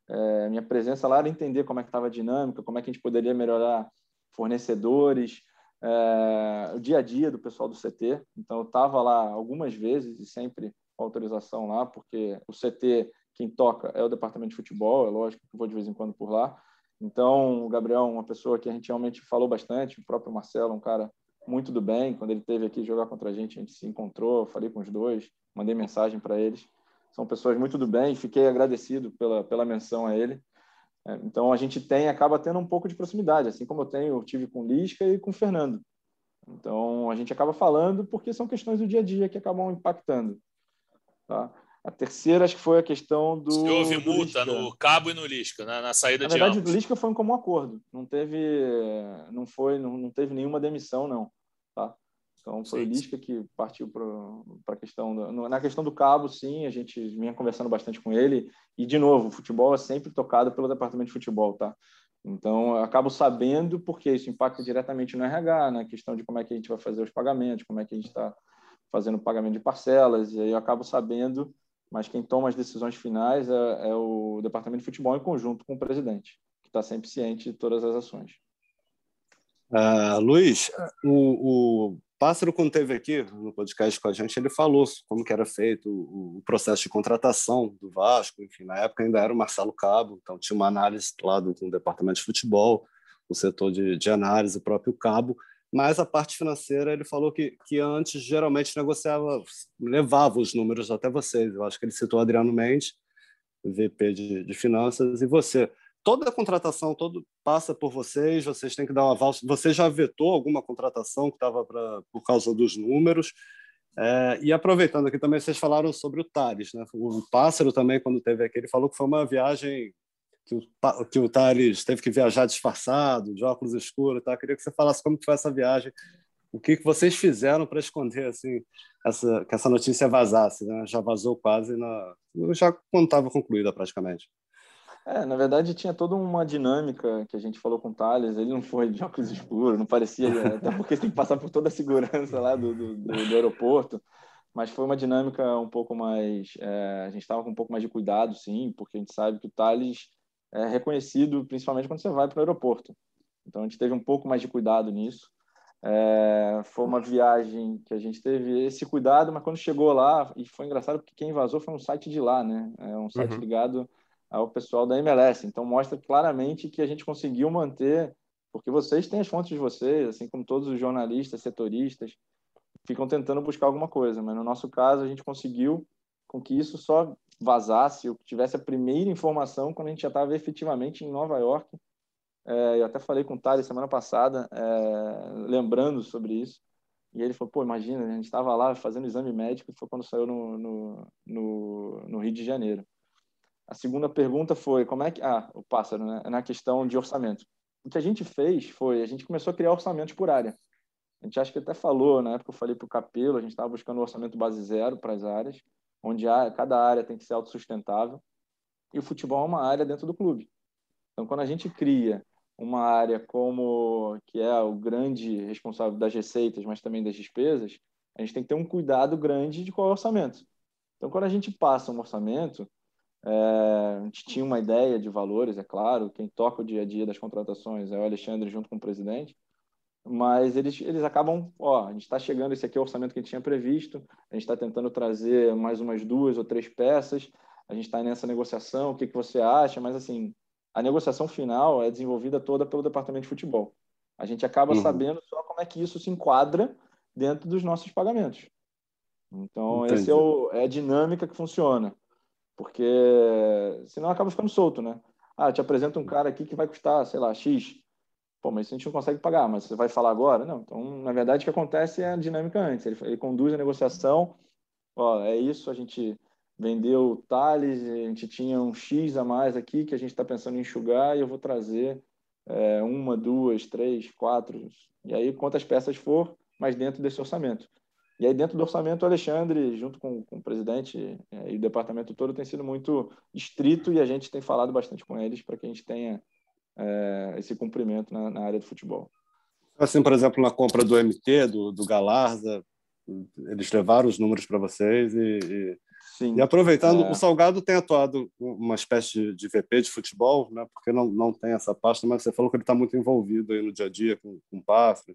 Speaker 2: Minha presença lá era entender como é que estava a dinâmica, como é que a gente poderia melhorar fornecedores, o dia a dia do pessoal do CT. Então, eu estava lá algumas vezes e sempre com autorização lá, porque o CT, quem toca é o departamento de futebol, é lógico que eu vou de vez em quando por lá. Então, o Gabriel é uma pessoa que a gente realmente falou bastante, o próprio Marcelo, um cara muito do bem. Quando ele esteve aqui jogar contra a gente se encontrou, falei com os dois, mandei mensagem para eles. São pessoas muito do bem, fiquei agradecido pela menção a ele. Então, a gente acaba tendo um pouco de proximidade, assim como eu tive com o Lisca e com o Fernando. Então, a gente acaba falando porque são questões do dia a dia que acabam impactando. Tá? A terceira, acho que foi a questão do...
Speaker 3: Se houve multa
Speaker 2: Lisca.
Speaker 3: No Cabo e no Lisca, na saída de ambos.
Speaker 2: Na verdade, do Lisca foi um comum acordo. Não teve nenhuma demissão, não. Tá? Então, foi o Lisca que partiu para a questão... Na questão do Cabo, sim, a gente vinha conversando bastante com ele. E, de novo, o futebol é sempre tocado pelo departamento de futebol, tá? Então, eu acabo sabendo porque isso impacta diretamente no RH, na questão de como é que a gente vai fazer os pagamentos, como é que a gente está fazendo o pagamento de parcelas, e aí eu acabo sabendo, mas quem toma as decisões finais é o departamento de futebol em conjunto com o presidente, que está sempre ciente de todas as ações.
Speaker 4: Luiz, o Pássaro, quando esteve aqui no podcast com a gente, ele falou como que era feito o processo de contratação do Vasco. Enfim, na época ainda era o Marcelo Cabo, então tinha uma análise lá com o departamento de futebol, o setor de análise, o próprio Cabo, mas a parte financeira ele falou que antes geralmente levava os números até vocês. Eu acho que ele citou o Adriano Mendes, VP de finanças, e você. Toda a contratação passa por vocês têm que dar um aval. Você já vetou alguma contratação que estava por causa dos números? E aproveitando aqui também, vocês falaram sobre o Tales, né? O Pássaro também, quando esteve aqui, ele falou que foi uma viagem que o Tales teve que viajar disfarçado, de óculos escuros. Tá? Queria que você falasse como que foi essa viagem, o que vocês fizeram para esconder assim, que essa notícia vazasse, né? Já vazou quase, já quando estava concluída praticamente.
Speaker 2: Na verdade, tinha toda uma dinâmica que a gente falou com o Thales. Ele não foi de óculos escuros, não parecia, até porque você tem que passar por toda a segurança lá do aeroporto. Mas foi uma dinâmica um pouco mais... a gente estava com um pouco mais de cuidado, sim, porque a gente sabe que o Thales é reconhecido principalmente quando você vai para o aeroporto. Então, a gente teve um pouco mais de cuidado nisso. Foi uma viagem que a gente teve esse cuidado, mas quando chegou lá, e foi engraçado porque quem vazou foi um site de lá, né? Um site ligado ao pessoal da MLS. Então, mostra claramente que a gente conseguiu manter, porque vocês têm as fontes de vocês, assim como todos os jornalistas, setoristas, ficam tentando buscar alguma coisa, mas no nosso caso, a gente conseguiu com que isso só vazasse, ou que tivesse a primeira informação quando a gente já estava efetivamente em Nova York. Eu até falei com o Thales semana passada, lembrando sobre isso, e ele falou, imagina, a gente estava lá fazendo exame médico, foi quando saiu no Rio de Janeiro. A segunda pergunta foi, como é que... o Pássaro, né? Na questão de orçamento. O que a gente fez foi, a gente começou a criar orçamentos por área. A gente acha que até falou, na época eu falei para o Capelo, a gente estava buscando um orçamento base zero para as áreas, onde cada área tem que ser autossustentável, e o futebol é uma área dentro do clube. Então, quando a gente cria uma área que é o grande responsável das receitas, mas também das despesas, a gente tem que ter um cuidado grande de qual é o orçamento. Então, quando a gente passa um orçamento, a gente tinha uma ideia de valores, é claro, quem toca o dia a dia das contratações é o Alexandre junto com o presidente, mas eles acabam, a gente está chegando, esse aqui é o orçamento que a gente tinha previsto, a gente está tentando trazer mais umas 2 ou 3 peças, a gente está nessa negociação, o que você acha? Mas, assim, a negociação final é desenvolvida toda pelo departamento de futebol. A gente acaba sabendo só como é que isso se enquadra dentro dos nossos pagamentos. Então, essa é a dinâmica que funciona. Porque senão acaba ficando solto, né? Te apresenta um cara aqui que vai custar, sei lá, X. Mas a gente não consegue pagar, mas você vai falar agora? Não. Então, na verdade, o que acontece é a dinâmica antes. Ele conduz a negociação. É isso, a gente vendeu o Thales, a gente tinha um X a mais aqui que a gente está pensando em enxugar e eu vou trazer 1, 2, 3, 4. E aí, quantas peças for, mas dentro desse orçamento. E aí, dentro do orçamento, o Alexandre, junto com o presidente e o departamento todo, tem sido muito estrito e a gente tem falado bastante com eles para que a gente tenha esse cumprimento na área do futebol.
Speaker 4: Assim, por exemplo, na compra do MT, do Galarza, eles levaram os números para vocês e...
Speaker 2: Sim.
Speaker 4: E aproveitando, o Salgado tem atuado uma espécie de VP de futebol, né? Porque não tem essa pasta, mas você falou que ele está muito envolvido aí no dia a dia com o Pássaro.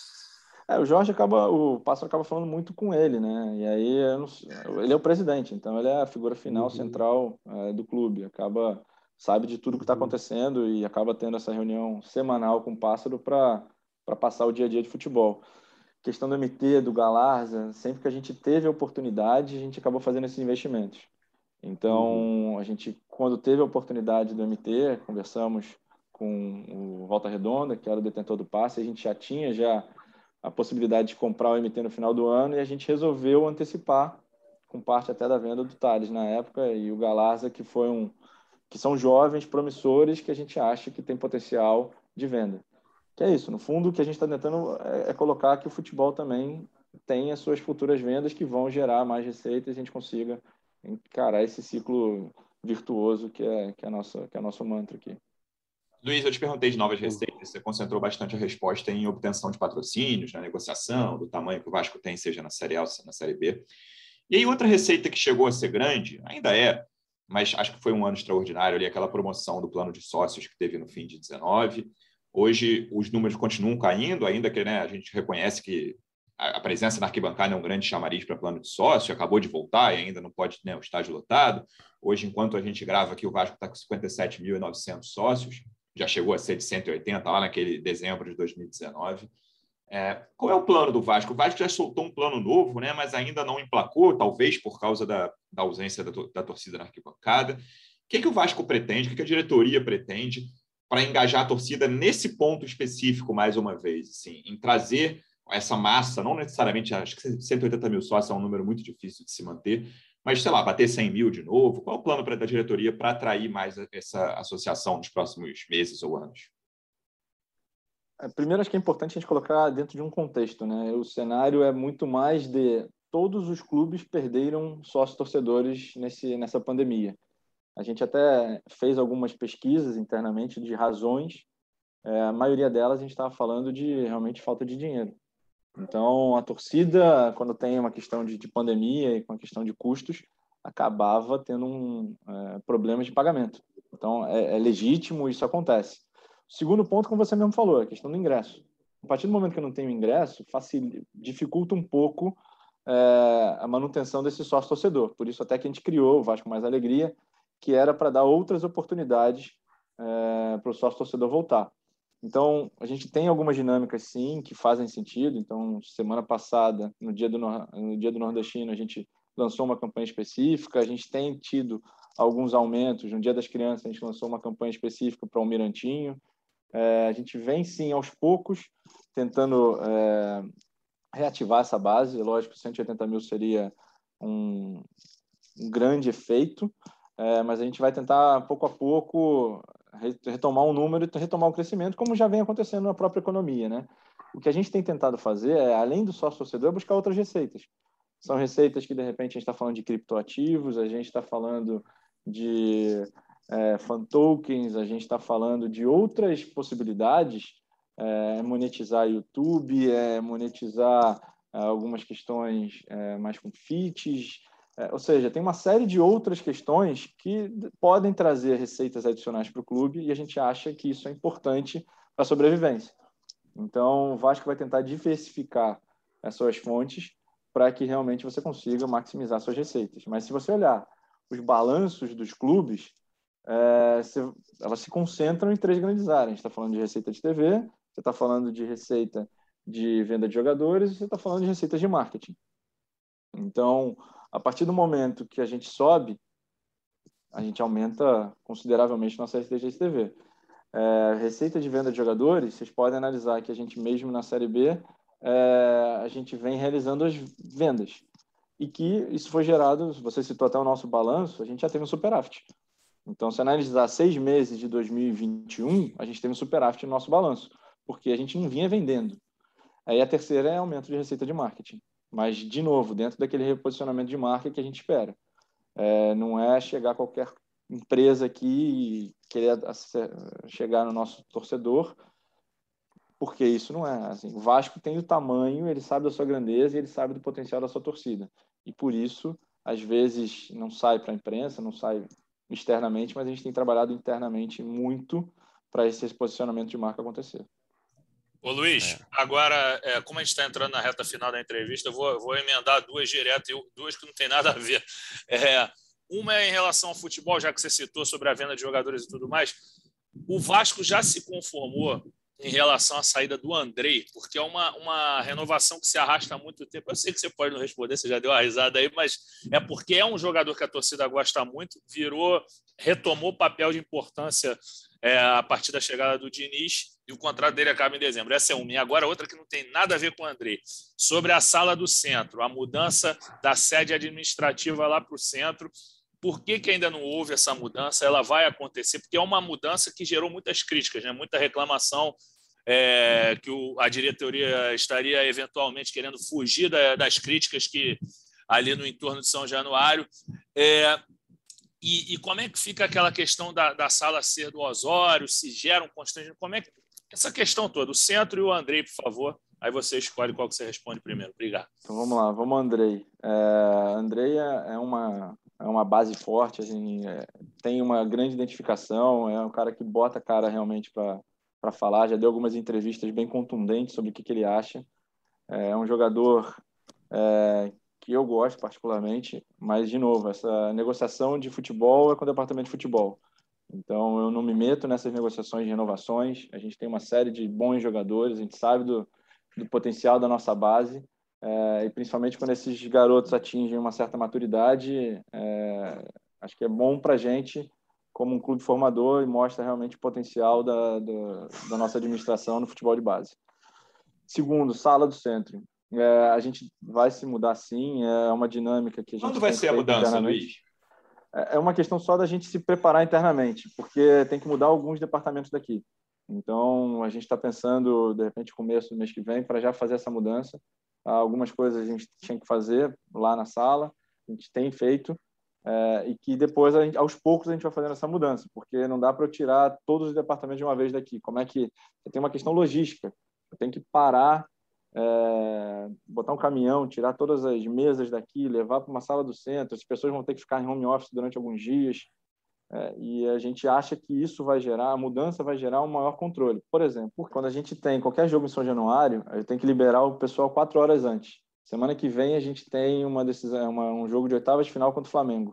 Speaker 2: O Pássaro acaba falando muito com ele, né? E aí ele é o presidente, então ele é a figura final central do clube, sabe de tudo que está acontecendo e acaba tendo essa reunião semanal com o Pássaro para passar o dia a dia de futebol. Questão do MT, do Galarza, sempre que a gente teve a oportunidade, a gente acabou fazendo esses investimentos. Então, a gente, quando teve a oportunidade do MT, conversamos com o Volta Redonda, que era o detentor do passe, a gente já tinha a possibilidade de comprar o MT no final do ano e a gente resolveu antecipar, com parte até da venda do Thales na época, e o Galarza, que são jovens, promissores, que a gente acha que tem potencial de venda. Que é isso, no fundo, o que a gente está tentando é colocar que o futebol também tem as suas futuras vendas que vão gerar mais receita e a gente consiga encarar esse ciclo virtuoso que é nosso mantra aqui.
Speaker 1: Luiz, eu te perguntei de novas receitas, você concentrou bastante a resposta em obtenção de patrocínios, na negociação, do tamanho que o Vasco tem, seja na Série A ou na Série B. E aí outra receita que chegou a ser grande, ainda é, mas acho que foi um ano extraordinário ali, aquela promoção do plano de sócios que teve no fim de 19. Hoje os números continuam caindo, ainda que a gente reconhece que a presença na arquibancada é um grande chamariz para plano de sócio, acabou de voltar e ainda não pode o estádio lotado. Hoje, enquanto a gente grava aqui, o Vasco está com 57.900 sócios, já chegou a ser de 180 lá naquele dezembro de 2019. Qual é o plano do Vasco? O Vasco já soltou um plano novo, né, mas ainda não emplacou, talvez por causa da ausência da torcida na arquibancada. O que o Vasco pretende, o que a diretoria pretende para engajar a torcida nesse ponto específico, mais uma vez, assim, em trazer essa massa, não necessariamente, acho que 180 mil sócios é um número muito difícil de se manter, mas, sei lá, bater 100 mil de novo? Qual é o plano da diretoria para atrair mais essa associação nos próximos meses ou anos?
Speaker 2: Primeiro, acho que é importante a gente colocar dentro de um contexto, né? O cenário é muito mais de todos os clubes perderam sócios-torcedores nessa pandemia. A gente até fez algumas pesquisas internamente de razões. A maioria delas a gente estava falando de realmente falta de dinheiro. Então, a torcida, quando tem uma questão de pandemia e com a questão de custos, acabava tendo problemas de pagamento. Então, é legítimo, isso acontece. O segundo ponto, como você mesmo falou, é a questão do ingresso. A partir do momento que eu não tenho ingresso, dificulta um pouco a manutenção desse sócio-torcedor. Por isso, até que a gente criou o Vasco Mais Alegria, que era para dar outras oportunidades para o sócio-torcedor voltar. Então, a gente tem algumas dinâmicas, sim, que fazem sentido. Então, semana passada, no dia do Nordestino, a gente lançou uma campanha específica. A gente tem tido alguns aumentos. No Dia das Crianças, a gente lançou uma campanha específica para o Almirantinho. A gente vem, sim, aos poucos, tentando reativar essa base. Lógico, 180 mil seria um grande efeito, mas a gente vai tentar, pouco a pouco, retomar um número e retomar o crescimento, como já vem acontecendo na própria economia, né? O que a gente tem tentado fazer além do sócio-torcedor, buscar outras receitas. São receitas que, de repente, a gente está falando de criptoativos, a gente está falando de fan tokens, a gente está falando de outras possibilidades, monetizar YouTube, monetizar algumas questões mais com feats, ou seja, tem uma série de outras questões que podem trazer receitas adicionais para o clube e a gente acha que isso é importante para a sobrevivência. Então, o Vasco vai tentar diversificar as suas fontes para que realmente você consiga maximizar suas receitas. Mas se você olhar os balanços dos clubes, elas se concentram em 3 grandes áreas. A gente está falando de receita de TV, você está falando de receita de venda de jogadores e você está falando de receitas de marketing. Então, a partir do momento que a gente sobe, a gente aumenta consideravelmente nossa receita de TV. Receita de venda de jogadores, vocês podem analisar que a gente mesmo na Série B, a gente vem realizando as vendas. E que isso foi gerado, você citou até o nosso balanço, a gente já teve um superávit. Então, se analisar 6 meses de 2021, a gente teve um superávit no nosso balanço, porque a gente não vinha vendendo. Aí a terceira é aumento de receita de marketing. Mas, de novo, dentro daquele reposicionamento de marca que a gente espera. Não é chegar qualquer empresa aqui e querer chegar no nosso torcedor, porque isso não é. Assim, o Vasco tem o tamanho, ele sabe da sua grandeza e ele sabe do potencial da sua torcida. E, por isso, às vezes não sai para a imprensa, não sai externamente, mas a gente tem trabalhado internamente muito para esse posicionamento de marca acontecer.
Speaker 3: Ô Luiz, agora, como a gente está entrando na reta final da entrevista, eu vou emendar duas direto e duas que não tem nada a ver. Uma é em relação ao futebol, já que você citou sobre a venda de jogadores e tudo mais. O Vasco já se conformou em relação à saída do Andrei, porque é uma renovação que se arrasta há muito tempo. Eu sei que você pode não responder, você já deu uma risada aí, mas é porque é um jogador que a torcida gosta muito, retomou papel de importância a partir da chegada do Diniz, e o contrato dele acaba em dezembro. Essa é uma. E agora outra que não tem nada a ver com o Andrei. Sobre a sala do centro, a mudança da sede administrativa lá para o centro. Por que ainda não houve essa mudança? Ela vai acontecer, porque é uma mudança que gerou muitas críticas, né? Muita reclamação, que a diretoria estaria eventualmente querendo fugir das críticas que ali no entorno de São Januário. E como é que fica aquela questão da sala ser do Osório, se gera um constrangimento? Como é que essa questão toda? O centro e o Andrei, por favor. Aí você escolhe qual que você responde primeiro. Obrigado.
Speaker 2: Então vamos lá, vamos Andrei. Andrei é uma base forte, assim, tem uma grande identificação, é um cara que bota a cara realmente para falar, já deu algumas entrevistas bem contundentes sobre o que ele acha. É um jogador que eu gosto particularmente, mas, de novo, essa negociação de futebol é com o departamento de futebol. Então, eu não me meto nessas negociações de renovações. A gente tem uma série de bons jogadores, a gente sabe do potencial da nossa base, e principalmente quando esses garotos atingem uma certa maturidade, acho que é bom para a gente, como um clube formador, e mostra realmente o potencial da nossa administração no futebol de base. Segundo, sala do centro. A gente vai se mudar sim, é uma dinâmica que a gente
Speaker 1: Quando vai ser a mudança, Luiz?
Speaker 2: É uma questão só da gente se preparar internamente, porque tem que mudar alguns departamentos daqui. Então, a gente está pensando, de repente, começo do mês que vem, para já fazer essa mudança. Algumas coisas a gente tinha que fazer lá na sala, a gente tem feito, e que depois, aos poucos, a gente vai fazendo essa mudança, porque não dá para eu tirar todos os departamentos de uma vez daqui. Como é que... Tem uma questão logística. Eu tenho que parar, botar um caminhão, tirar todas as mesas daqui, levar para uma sala do centro. As pessoas vão ter que ficar em home office durante alguns dias, e a gente acha que isso vai gerar, a mudança vai gerar um maior controle. Por exemplo, quando a gente tem qualquer jogo em São Januário, a gente tem que liberar o pessoal 4 horas antes. Semana que vem a gente tem um jogo de oitavas de final contra o Flamengo.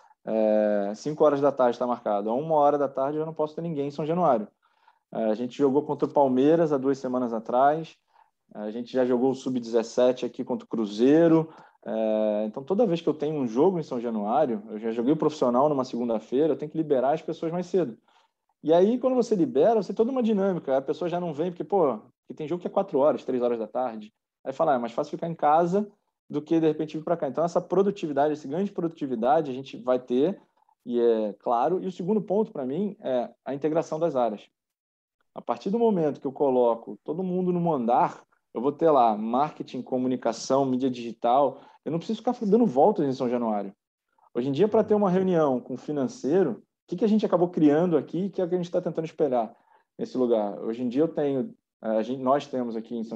Speaker 2: 5 horas da tarde está marcado. A 1 hora da tarde eu não posso ter ninguém em São Januário. A gente jogou contra o Palmeiras há 2 semanas atrás. A gente já jogou o Sub-17 aqui contra o Cruzeiro. Então, toda vez que eu tenho um jogo em São Januário, eu já joguei o profissional numa segunda-feira, eu tenho que liberar as pessoas mais cedo. E aí, quando você libera, você tem toda uma dinâmica. A pessoa já não vem, porque tem jogo que é 4 horas, 3 horas da tarde. Aí fala, é mais fácil ficar em casa do que, de repente, vir para cá. Então, essa produtividade, esse ganho de produtividade, a gente vai ter, e é claro. E o segundo ponto, para mim, é a integração das áreas. A partir do momento que eu coloco todo mundo num andar, eu vou ter lá marketing, comunicação, mídia digital. Eu não preciso ficar dando voltas em São Januário. Hoje em dia, para ter uma reunião com o financeiro, o que a gente acabou criando aqui, que é o que a gente está tentando espelhar nesse lugar? Hoje em dia, nós temos aqui em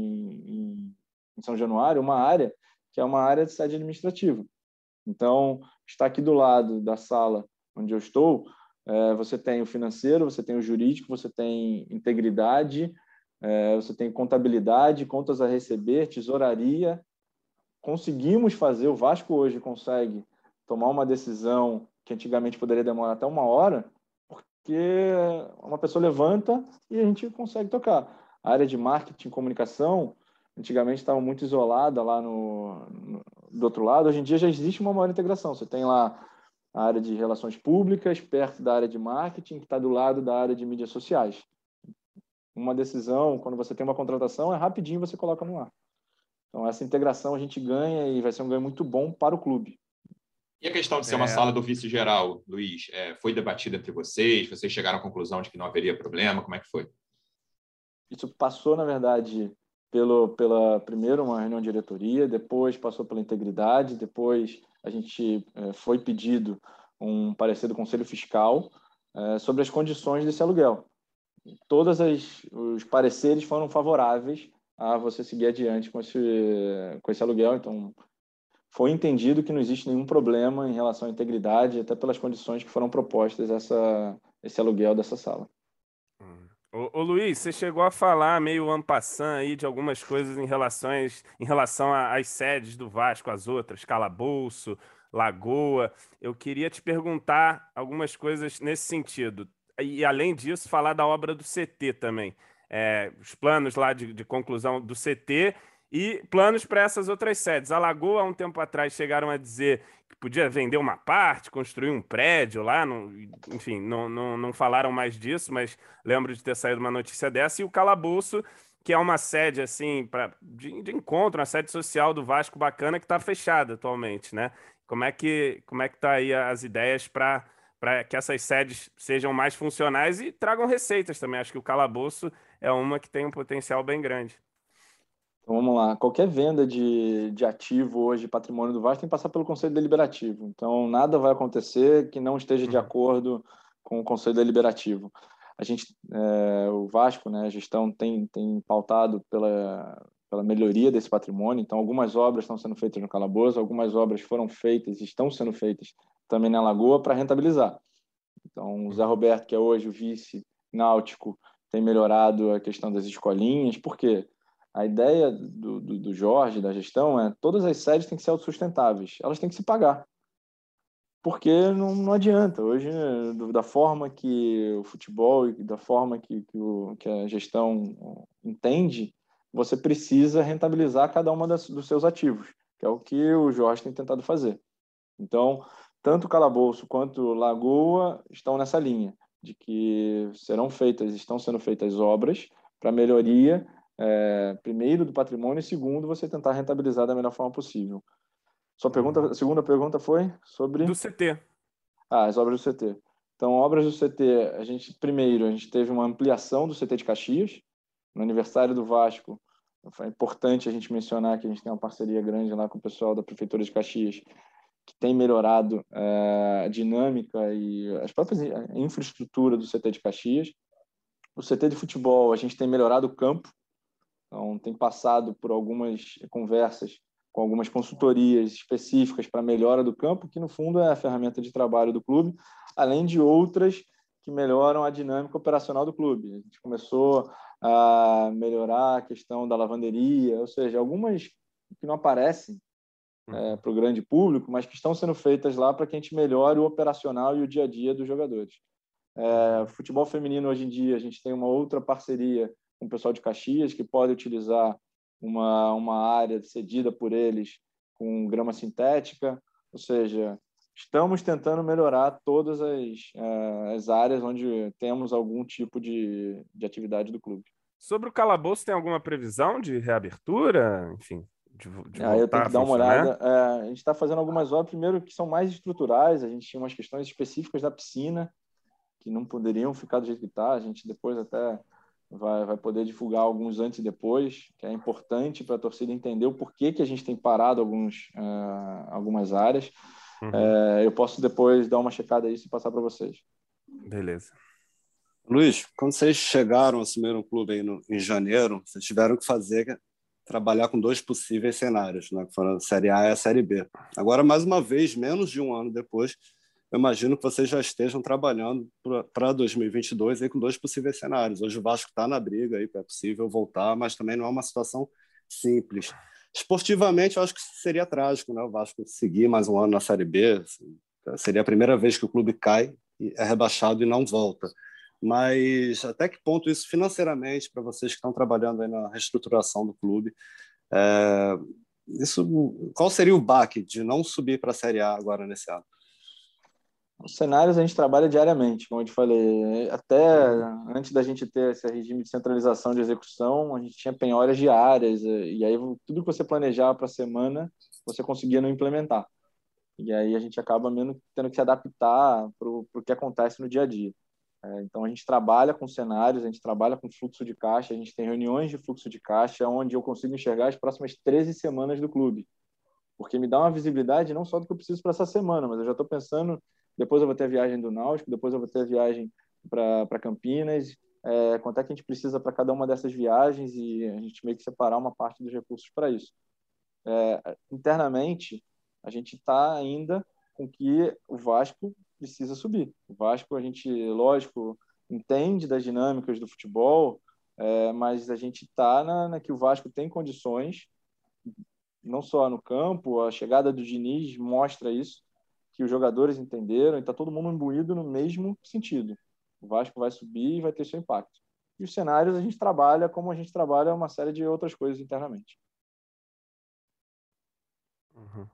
Speaker 2: São Januário uma área que é uma área de sede administrativa. Então, está aqui do lado da sala onde eu estou, você tem o financeiro, você tem o jurídico, você tem integridade, você tem contabilidade, contas a receber, tesouraria. Conseguimos fazer, o Vasco hoje consegue tomar uma decisão que antigamente poderia demorar até 1 hora, porque uma pessoa levanta e a gente consegue tocar. A área de marketing e comunicação, antigamente estava muito isolada lá do outro lado, hoje em dia já existe uma maior integração. Você tem lá a área de relações públicas, perto da área de marketing, que está do lado da área de mídias sociais. Uma decisão, quando você tem uma contratação, rapidinho você coloca no ar. Então, essa integração a gente ganha e vai ser um ganho muito bom para o clube.
Speaker 1: E a questão de ser uma sala do vice-geral, Luiz, foi debatida entre vocês? Vocês chegaram à conclusão de que não haveria problema? Como é que foi?
Speaker 2: Isso passou, na verdade, primeiro uma reunião de diretoria, depois passou pela integridade, depois a gente foi pedido um parecer do Conselho Fiscal sobre as condições desse aluguel. Todos os pareceres foram favoráveis a você seguir adiante com esse aluguel. Então, foi entendido que não existe nenhum problema em relação à integridade, até pelas condições que foram propostas esse aluguel dessa sala.
Speaker 5: Ô Luiz, você chegou a falar meio en passant aí de algumas coisas em relação às sedes do Vasco, as outras, Calabouço, Lagoa. Eu queria te perguntar algumas coisas nesse sentido. E, além disso, falar da obra do CT também. Os planos lá de conclusão do CT e planos para essas outras sedes. A Lagoa, há um tempo atrás, chegaram a dizer que podia vender uma parte, construir um prédio lá, enfim, não falaram mais disso, mas lembro de ter saído uma notícia dessa. E o Calabouço, que é uma sede assim de encontro, uma sede social do Vasco bacana que está fechada atualmente, né? Como é que tá aí as ideias para que essas sedes sejam mais funcionais e tragam receitas também? Acho que o Calabouço é uma que tem um potencial bem grande.
Speaker 2: Então, vamos lá. Qualquer venda de ativo hoje, patrimônio do Vasco, tem que passar pelo Conselho Deliberativo. Então, nada vai acontecer que não esteja de acordo com o Conselho Deliberativo. O Vasco, né, a gestão tem pautado pela melhoria desse patrimônio. Então, algumas obras estão sendo feitas no Calabouço, algumas obras foram feitas e estão sendo feitas também na Lagoa para rentabilizar. Então, o Zé Roberto, que é hoje o vice náutico, tem melhorado a questão das escolinhas. Por quê? A ideia do Jorge, da gestão, todas as sedes têm que ser autossustentáveis. Elas têm que se pagar. Porque não adianta. Hoje, da forma que o futebol e da forma que a gestão entende, você precisa rentabilizar cada uma dos seus ativos, que é o que o Jorge tem tentado fazer. Então, tanto Calabouço quanto Lagoa estão nessa linha, de que estão sendo feitas obras para melhoria, primeiro, do patrimônio, e segundo, você tentar rentabilizar da melhor forma possível. A segunda pergunta foi sobre...
Speaker 5: Do CT.
Speaker 2: As obras do CT. Então, obras do CT, a gente teve uma ampliação do CT de Caxias. No aniversário do Vasco, foi importante a gente mencionar que a gente tem uma parceria grande lá com o pessoal da Prefeitura de Caxias, que tem melhorado a dinâmica e a infraestrutura do CT de Caxias. O CT de futebol, a gente tem melhorado o campo. Então, tem passado por algumas conversas com algumas consultorias específicas para a melhora do campo, que, no fundo, é a ferramenta de trabalho do clube, além de outras que melhoram a dinâmica operacional do clube. A gente começou a melhorar a questão da lavanderia, ou seja, algumas que não aparecem para o grande público, mas que estão sendo feitas lá para que a gente melhore o operacional e o dia a dia dos jogadores. Futebol feminino, hoje em dia, a gente tem uma outra parceria com o pessoal de Caxias, que pode utilizar uma área cedida por eles com grama sintética, ou seja, estamos tentando melhorar todas as áreas onde temos algum tipo de atividade do clube.
Speaker 5: Sobre o Calabouço, tem alguma previsão de reabertura? Enfim, de voltar
Speaker 2: eu tenho que dar uma olhada. A gente está fazendo algumas obras, primeiro, que são mais estruturais. A gente tinha umas questões específicas da piscina que não poderiam ficar do jeito que está. A gente depois até vai poder divulgar alguns antes e depois, que é importante para a torcida entender o porquê que a gente tem parado algumas áreas. Eu posso depois dar uma checada nisso e passar para vocês.
Speaker 5: Beleza.
Speaker 4: Luiz, quando vocês chegaram, assumiram o clube aí em janeiro, vocês tiveram que trabalhar com dois possíveis cenários, né, que foram a Série A e a Série B. Agora, mais uma vez, menos de um ano depois, eu imagino que vocês já estejam trabalhando para 2022 aí com dois possíveis cenários. Hoje o Vasco está na briga, aí, é possível voltar, mas também não é uma situação simples. Esportivamente, eu acho que seria trágico, né, o Vasco seguir mais um ano na Série B. Seria a primeira vez que o clube cai, é rebaixado e não volta. Mas até que ponto isso financeiramente, para vocês que estão trabalhando aí na reestruturação do clube, qual seria o baque de não subir para a Série A agora nesse ano?
Speaker 2: Os cenários a gente trabalha diariamente, como eu te falei. Até antes da gente ter esse regime de centralização de execução, a gente tinha penhoras diárias, e aí tudo que você planejava para a semana, você conseguia não implementar. E aí a gente acaba mesmo tendo que se adaptar para o que acontece no dia a dia. Então, a gente trabalha com cenários, a gente trabalha com fluxo de caixa, a gente tem reuniões de fluxo de caixa onde eu consigo enxergar as próximas 13 semanas do clube, porque me dá uma visibilidade não só do que eu preciso para essa semana, mas eu já estou pensando, depois eu vou ter a viagem do Náutico, depois eu vou ter a viagem para Campinas, quanto é que a gente precisa para cada uma dessas viagens, e a gente meio que separar uma parte dos recursos para isso. Internamente, a gente está ainda com que o Vasco precisa subir. O Vasco, a gente, lógico, entende das dinâmicas do futebol, mas a gente está na que o Vasco tem condições, não só no campo, a chegada do Diniz mostra isso, que os jogadores entenderam e está todo mundo imbuído no mesmo sentido. O Vasco vai subir e vai ter seu impacto. E os cenários a gente trabalha como a gente trabalha uma série de outras coisas internamente.
Speaker 1: Uhum.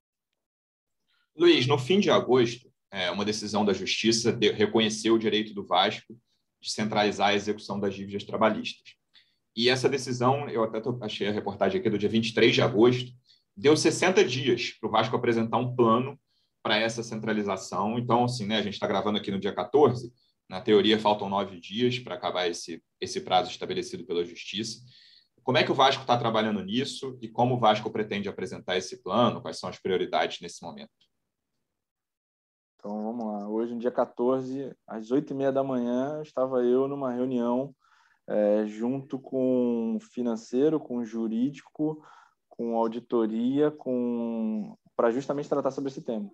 Speaker 1: Luiz, no fim de agosto, uma decisão da Justiça reconheceu o direito do Vasco de centralizar a execução das dívidas trabalhistas. E essa decisão, eu até achei a reportagem aqui do dia 23 de agosto, deu 60 dias para o Vasco apresentar um plano para essa centralização. Então, assim, né, a gente está gravando aqui no dia 14, na teoria faltam 9 dias para acabar esse prazo estabelecido pela Justiça. Como é que o Vasco está trabalhando nisso e como o Vasco pretende apresentar esse plano? Quais são as prioridades nesse momento?
Speaker 2: Então, vamos lá. Hoje, no dia 14, às 8h30 da manhã, estava eu numa reunião junto com o financeiro, com o jurídico, com auditoria, para justamente tratar sobre esse tema.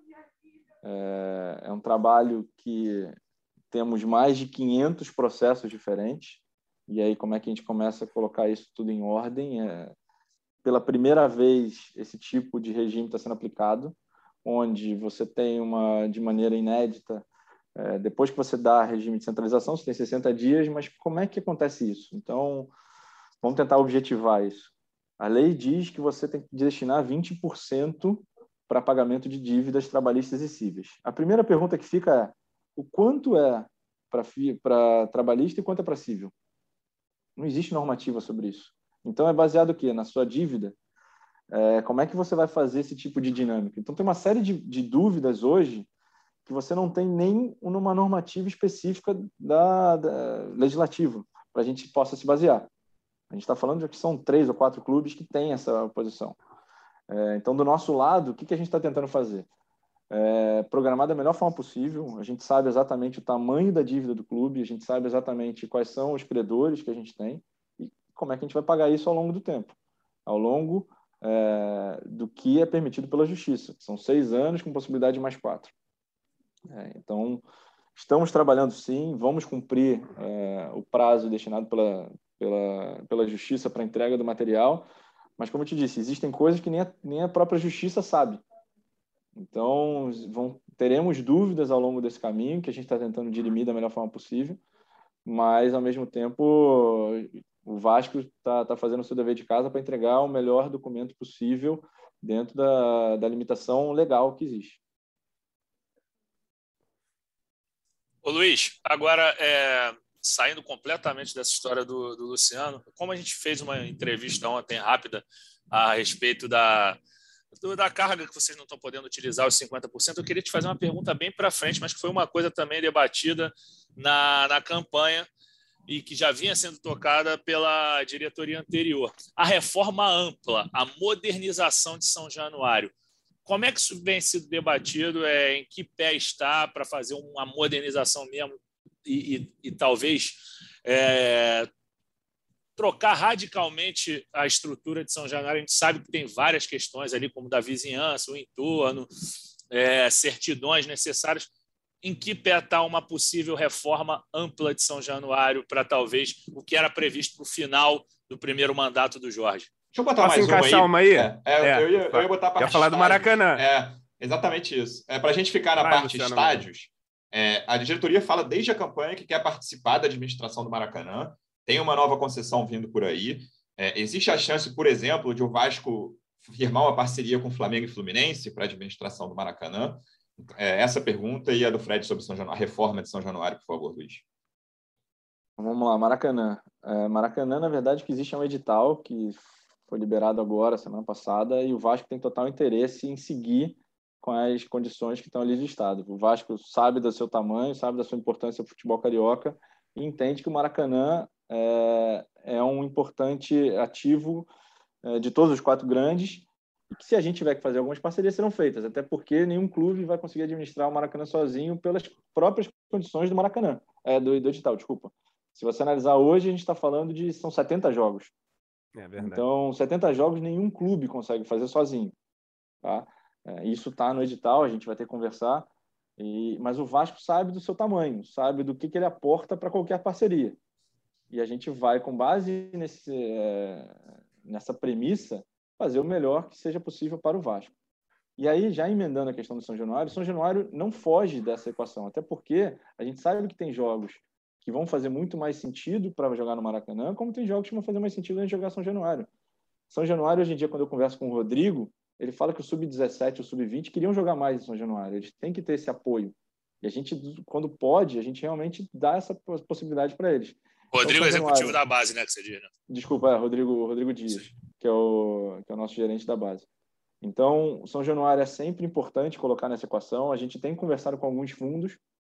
Speaker 2: É um trabalho que temos mais de 500 processos diferentes, e aí como é que a gente começa a colocar isso tudo em ordem? Pela primeira vez, esse tipo de regime está sendo aplicado, onde você tem de maneira inédita, depois que você dá regime de centralização, você tem 60 dias, mas como é que acontece isso? Então, vamos tentar objetivar isso. A lei diz que você tem que destinar 20% para pagamento de dívidas trabalhistas e cíveis. A primeira pergunta que fica é: o quanto é para trabalhista e quanto é para cível? Não existe normativa sobre isso. Então, é baseado o quê? Na sua dívida. Como é que você vai fazer esse tipo de dinâmica? Então, tem uma série de dúvidas hoje que você não tem nem uma normativa específica da legislativa para a gente possa se basear. A gente está falando de que são 3 ou 4 clubes que têm essa posição. Então, do nosso lado, o que a gente está tentando fazer? Programar da melhor forma possível. A gente sabe exatamente o tamanho da dívida do clube, a gente sabe exatamente quais são os credores que a gente tem e como é que a gente vai pagar isso ao longo do tempo, ao longo do que é permitido pela Justiça, que são 6 anos com possibilidade de mais 4. Então, estamos trabalhando sim, vamos cumprir o prazo destinado pela Justiça para a entrega do material, mas, como eu te disse, existem coisas que nem a própria Justiça sabe. Então, teremos dúvidas ao longo desse caminho, que a gente está tentando dirimir da melhor forma possível, mas, ao mesmo tempo, o Vasco está fazendo o seu dever de casa para entregar o melhor documento possível dentro da limitação legal que existe.
Speaker 3: Ô Luiz, agora, saindo completamente dessa história do Luciano, como a gente fez uma entrevista ontem rápida a respeito da carga que vocês não estão podendo utilizar os 50%, eu queria te fazer uma pergunta bem para frente, mas que foi uma coisa também debatida na campanha e que já vinha sendo tocada pela diretoria anterior. A reforma ampla, a modernização de São Januário. Como é que isso vem sido debatido? Em que pé está para fazer uma modernização mesmo e talvez trocar radicalmente a estrutura de São Januário? A gente sabe que tem várias questões ali, como da vizinhança, o entorno, certidões necessárias. Em que pé está uma possível reforma ampla de São Januário para talvez o que era previsto para o final do primeiro mandato do Jorge?
Speaker 1: Deixa eu botar mais
Speaker 5: uma aí.
Speaker 1: Eu ia botar a parte
Speaker 5: ia falar do Maracanã.
Speaker 1: Exatamente isso. Para a gente ficar na parte de estádios, a diretoria fala desde a campanha que quer participar da administração do Maracanã. Tem uma nova concessão vindo por aí. Existe a chance, por exemplo, de o Vasco firmar uma parceria com Flamengo e Fluminense para a administração do Maracanã. Essa pergunta e a do Fred sobre São Januário, a reforma de São Januário, por favor, Luiz.
Speaker 2: Vamos lá, Maracanã. Maracanã, na verdade, que existe um edital que foi liberado agora, semana passada, e o Vasco tem total interesse em seguir com as condições que estão ali listadas. O Vasco sabe do seu tamanho, sabe da sua importância no futebol carioca e entende que o Maracanã é um importante ativo de todos os 4 grandes e que, se a gente tiver que fazer algumas parcerias, serão feitas, até porque nenhum clube vai conseguir administrar o Maracanã sozinho pelas próprias condições do Maracanã, do edital, desculpa. Se você analisar hoje, a gente está falando são 70 jogos.
Speaker 5: É verdade.
Speaker 2: Então, 70 jogos nenhum clube consegue fazer sozinho. Tá? Isso está no edital, a gente vai ter que conversar, mas o Vasco sabe do seu tamanho, sabe do que ele aporta para qualquer parceria. E a gente vai, com base nessa premissa, fazer o melhor que seja possível para o Vasco. E aí, já emendando a questão do São Januário não foge dessa equação, até porque a gente sabe que tem jogos que vão fazer muito mais sentido para jogar no Maracanã, como tem jogos que vão fazer mais sentido a gente jogar São Januário. São Januário, hoje em dia, quando eu converso com o Rodrigo, ele fala que o Sub-17 e o Sub-20 queriam jogar mais em São Januário, eles têm que ter esse apoio. E a gente, quando pode, a gente realmente dá essa possibilidade para eles.
Speaker 3: Rodrigo, então, executivo da base, né, que você diz, né?
Speaker 2: Desculpa, Rodrigo Dias, que é o nosso gerente da base. Então, São Januário é sempre importante colocar nessa equação. A gente tem conversado com alguns fundos.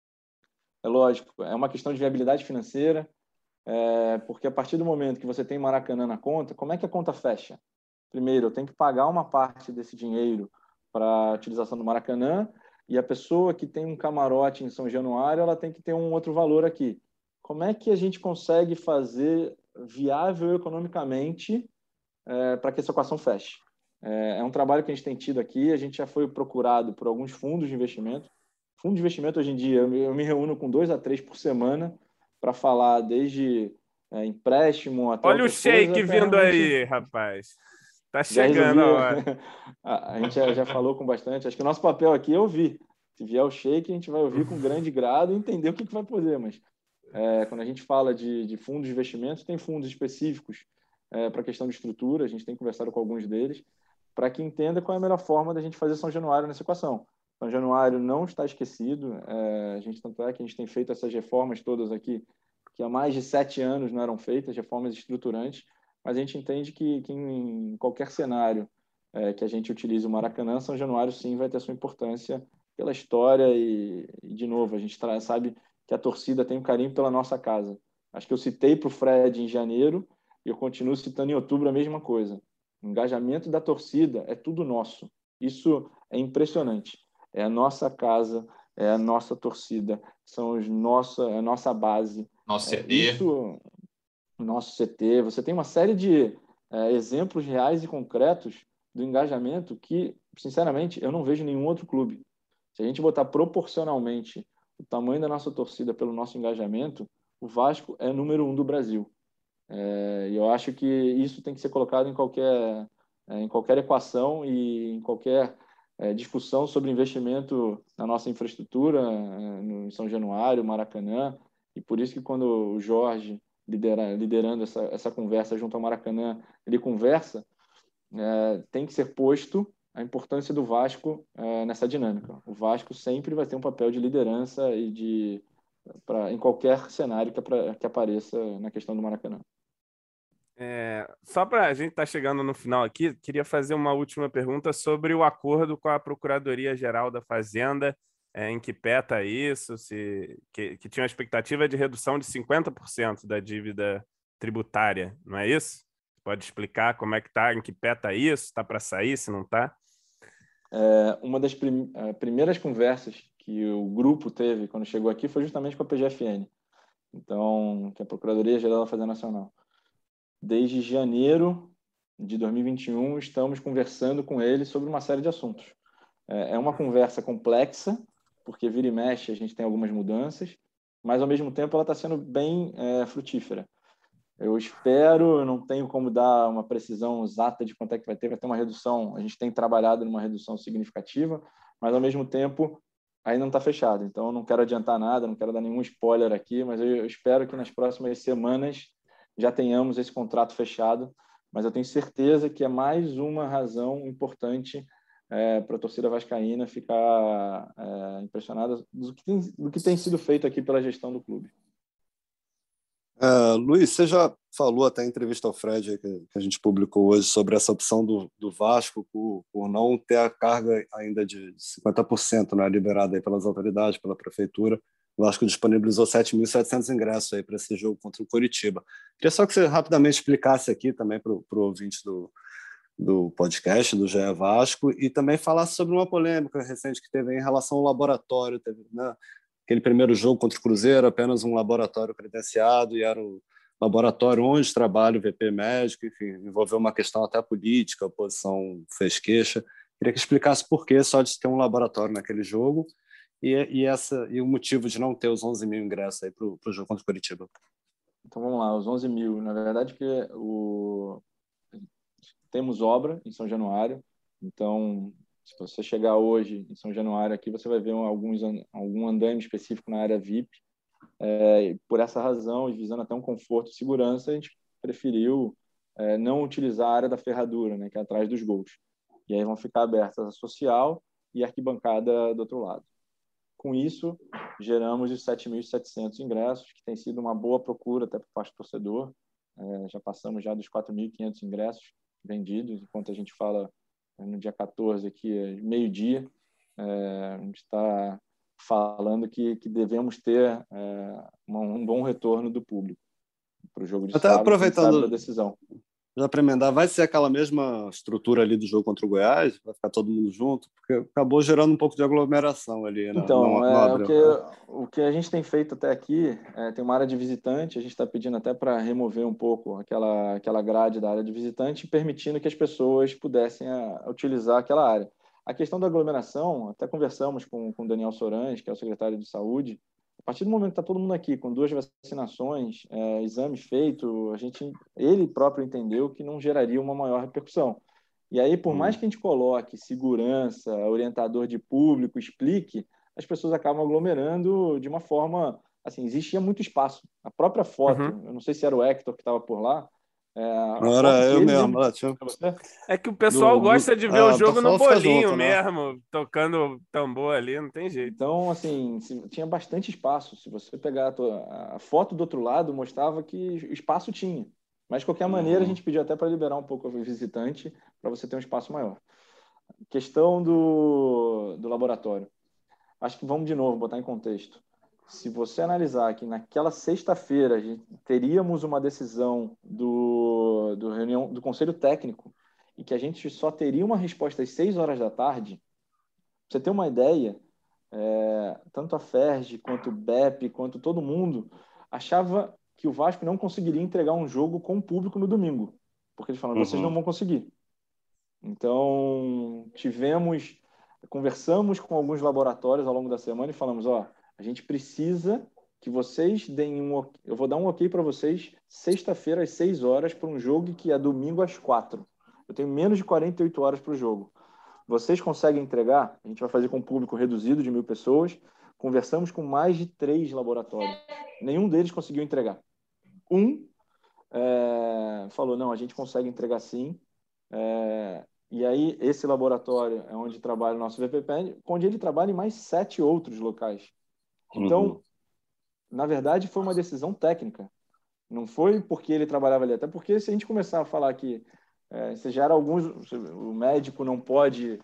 Speaker 2: É lógico, é uma questão de viabilidade financeira, porque a partir do momento que você tem Maracanã na conta, como é que a conta fecha? Primeiro, eu tenho que pagar uma parte desse dinheiro para a utilização do Maracanã, e a pessoa que tem um camarote em São Januário, ela tem que ter um outro valor aqui. Como é que a gente consegue fazer viável economicamente para que essa equação feche? É um trabalho que a gente tem tido aqui, a gente já foi procurado por alguns fundos de investimento. Fundo de investimento, hoje em dia, eu me reúno com 2 a 3 por semana para falar desde empréstimo até
Speaker 5: Olha o shake vindo aí, rapaz. Tá chegando a hora.
Speaker 2: A gente já falou com bastante. Acho que o nosso papel aqui é ouvir. Se vier o shake, a gente vai ouvir com grande grado e entender o que vai poder. Mas quando a gente fala de fundos de investimentos, tem fundos específicos para a questão de estrutura. A gente tem conversado com alguns deles para que entenda qual é a melhor forma da gente fazer São Januário nessa equação. São Januário não está esquecido. Tanto é que a gente tem feito essas reformas todas aqui, que há mais de 7 anos não eram feitas, reformas estruturantes, mas a gente entende que em qualquer cenário que a gente utilize o Maracanã, São Januário sim vai ter sua importância pela história e de novo, a gente sabe que a torcida tem um carinho pela nossa casa. Acho que eu citei para o Fred em janeiro e eu continuo citando em outubro a mesma coisa. O engajamento da torcida é tudo nosso. Isso é impressionante. É a nossa casa, é a nossa torcida, é a nossa base.
Speaker 1: Nosso CT.
Speaker 2: Nosso CT. Você tem uma série de exemplos reais e concretos do engajamento que, sinceramente, eu não vejo em nenhum outro clube. Se a gente botar proporcionalmente o tamanho da nossa torcida pelo nosso engajamento, o Vasco é número 1 do Brasil. E eu acho que isso tem que ser colocado em qualquer equação e em qualquer discussão sobre investimento na nossa infraestrutura, no São Januário, Maracanã, e por isso que quando o Jorge, liderando essa conversa junto ao Maracanã, ele conversa, tem que ser posto a importância do Vasco nessa dinâmica. O Vasco sempre vai ter um papel de liderança em qualquer cenário que apareça na questão do Maracanã.
Speaker 5: Só para a gente estar chegando no final aqui, queria fazer uma última pergunta sobre o acordo com a Procuradoria-Geral da Fazenda, em que peta isso, que tinha uma expectativa de redução de 50% da dívida tributária, não é isso? Pode explicar como é que está, em que peta isso? Está para sair, se não está?
Speaker 2: Uma das primeiras conversas que o grupo teve quando chegou aqui foi justamente com a PGFN, então, que é a Procuradoria-Geral da Fazenda Nacional. Desde janeiro de 2021, estamos conversando com eles sobre uma série de assuntos. É uma conversa complexa, porque vira e mexe a gente tem algumas mudanças, mas, ao mesmo tempo, ela está sendo bem frutífera. Eu não tenho como dar uma precisão exata de quanto é que vai ter uma redução, a gente tem trabalhado numa redução significativa, mas, ao mesmo tempo, ainda não está fechado. Então, eu não quero adiantar nada, não quero dar nenhum spoiler aqui, mas eu espero que nas próximas semanas já tenhamos esse contrato fechado, mas eu tenho certeza que é mais uma razão importante para a torcida vascaína ficar impressionada do que tem sido feito aqui pela gestão do clube.
Speaker 4: Luiz, você já falou até em entrevista ao Fred que a gente publicou hoje sobre essa opção do Vasco por não ter a carga ainda de 50%, né, liberada aí pelas autoridades, pela prefeitura. O Vasco disponibilizou 7.700 ingressos aí para esse jogo contra o Coritiba. Queria só que você rapidamente explicasse aqui também para o ouvinte do podcast, do GE Vasco, e também falasse sobre uma polêmica recente que teve em relação ao laboratório. Teve, né, aquele primeiro jogo contra o Cruzeiro, apenas um laboratório credenciado, e era o laboratório onde trabalha o VP médico, enfim, envolveu uma questão até política, a oposição fez queixa. Queria que explicasse por que só de ter um laboratório naquele jogo e o motivo de não ter os 11 mil ingressos aí para o jogo contra o Coritiba.
Speaker 2: Então vamos lá, os 11 mil. Na verdade, temos obra em São Januário. Então, se você chegar hoje em São Januário aqui, você vai ver algum andaime específico na área VIP. Por essa razão, e visando até um conforto e segurança, a gente preferiu não utilizar a área da ferradura, né, que é atrás dos gols. E aí vão ficar abertas a social e a arquibancada do outro lado. Com isso, geramos os 7.700 ingressos, que tem sido uma boa procura até por parte do torcedor. Já passamos já dos 4.500 ingressos vendidos, enquanto a gente fala no dia 14 aqui, meio-dia, a gente está falando que devemos ter um bom retorno do público para o jogo de
Speaker 4: até
Speaker 2: sábado,
Speaker 4: aproveitando
Speaker 2: da decisão.
Speaker 4: Já para emendar, vai ser aquela mesma estrutura ali do jogo contra o Goiás? Vai ficar todo mundo junto? Porque acabou gerando um pouco de aglomeração ali.
Speaker 2: Então, o que a gente tem feito até aqui, tem uma área de visitante, a gente está pedindo até para remover um pouco aquela grade da área de visitante, permitindo que as pessoas pudessem utilizar aquela área. A questão da aglomeração, até conversamos com o Daniel Sorans, que é o secretário de Saúde. A partir do momento que está todo mundo aqui com 2 vacinações, exame feito, ele próprio entendeu que não geraria uma maior repercussão. E aí, por mais que a gente coloque segurança, orientador de público, explique, as pessoas acabam aglomerando de uma forma... Assim, existia muito espaço. A própria foto, eu não sei se era o Hector que estava por lá,
Speaker 4: não era eu mesmo.
Speaker 5: É que o pessoal gosta de ver o jogo no bolinho junto, mesmo, né? Tocando tambor ali, não tem jeito.
Speaker 2: Então, assim, tinha bastante espaço. Se você pegar a foto do outro lado, mostrava que espaço tinha. Mas, de qualquer maneira, a gente pediu até para liberar um pouco o visitante, para você ter um espaço maior. Questão do laboratório. Acho que vamos, de novo, botar em contexto. Se você analisar que naquela sexta-feira teríamos uma decisão do Conselho Técnico e que a gente só teria uma resposta às 6 horas da tarde, pra você ter uma ideia, tanto a FERJ, quanto o BEP, quanto todo mundo achava que o Vasco não conseguiria entregar um jogo com o público no domingo, porque eles falaram, vocês não vão conseguir. Então, conversamos com alguns laboratórios ao longo da semana e falamos, a gente precisa que vocês deem eu vou dar um ok para vocês sexta-feira às 6 horas para um jogo que é domingo às 4. Eu tenho menos de 48 horas para o jogo. Vocês conseguem entregar? A gente vai fazer com um público reduzido de 1.000 pessoas. Conversamos com mais de 3 laboratórios. Nenhum deles conseguiu entregar. Falou, não, a gente consegue entregar sim. E aí, esse laboratório é onde trabalha o nosso VPPN, onde ele trabalha em mais 7 outros locais. Então, na verdade, foi uma decisão técnica. Não foi porque ele trabalhava ali. Até porque se a gente começar a falar que você gera o médico não pode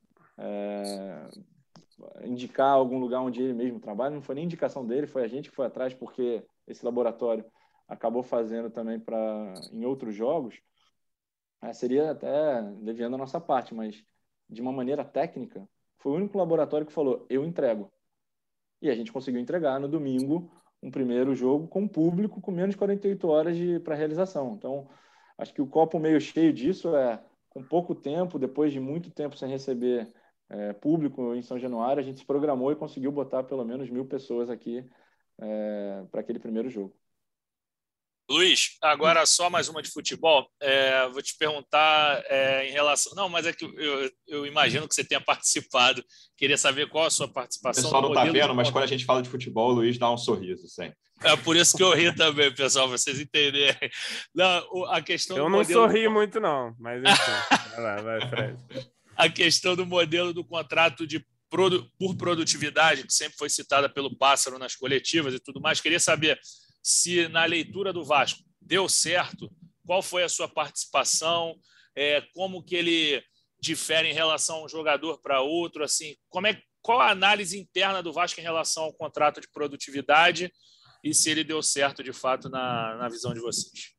Speaker 2: indicar algum lugar onde ele mesmo trabalha, não foi nem indicação dele, foi a gente que foi atrás, porque esse laboratório acabou fazendo também em outros jogos, seria até leviando a nossa parte, mas de uma maneira técnica, foi o único laboratório que falou, eu entrego. E a gente conseguiu entregar no domingo um primeiro jogo com público com menos de 48 horas para realização. Então, acho que o copo meio cheio disso com pouco tempo, depois de muito tempo sem receber público em São Januário, a gente se programou e conseguiu botar pelo menos 1.000 pessoas aqui para aquele primeiro jogo.
Speaker 3: Luiz, agora só mais uma de futebol. Vou te perguntar em relação... Não, mas é que eu imagino que você tenha participado. Queria saber qual a sua participação.
Speaker 1: O pessoal não está vendo, mas quando a gente fala de futebol, o Luiz dá um sorriso sempre.
Speaker 3: É por isso que eu ri também, pessoal, para vocês entenderem. Não, a questão
Speaker 5: eu
Speaker 3: do
Speaker 5: não
Speaker 3: modelo...
Speaker 5: sorri muito, não, mas enfim. vai, Fred.
Speaker 3: A questão do modelo do contrato por produtividade, que sempre foi citada pelo Pássaro nas coletivas e tudo mais. Queria saber se na leitura do Vasco deu certo, qual foi a sua participação, como que ele difere em relação a um jogador para outro, assim, qual a análise interna do Vasco em relação ao contrato de produtividade e se ele deu certo de fato na visão de vocês?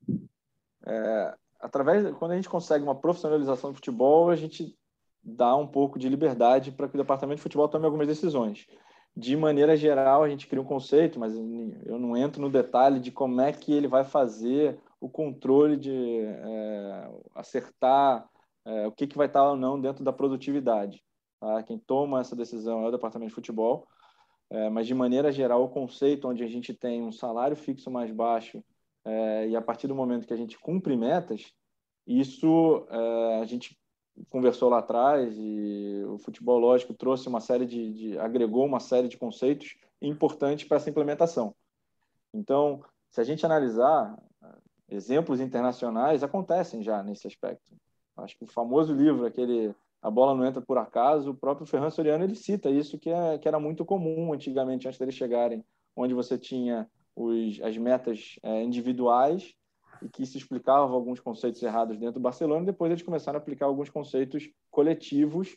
Speaker 2: Quando a gente consegue uma profissionalização do futebol, a gente dá um pouco de liberdade para que o departamento de futebol tome algumas decisões. De maneira geral, a gente cria um conceito, mas eu não entro no detalhe de como é que ele vai fazer o controle de acertar o que vai estar ou não dentro da produtividade. Tá? Quem toma essa decisão é o departamento de futebol, mas de maneira geral o conceito onde a gente tem um salário fixo mais baixo e a partir do momento que a gente cumpre metas, isso a gente conversou lá atrás e o futebol, lógico, trouxe uma série agregou uma série de conceitos importantes para essa implementação. Então, se a gente analisar, exemplos internacionais acontecem já nesse aspecto. Acho que o famoso livro, aquele A Bola Não Entra Por Acaso, o próprio Ferran Soriano ele cita isso, que era muito comum antigamente, antes deles chegarem, onde você tinha as metas individuais e que se explicavam alguns conceitos errados dentro do Barcelona, e depois eles começaram a aplicar alguns conceitos coletivos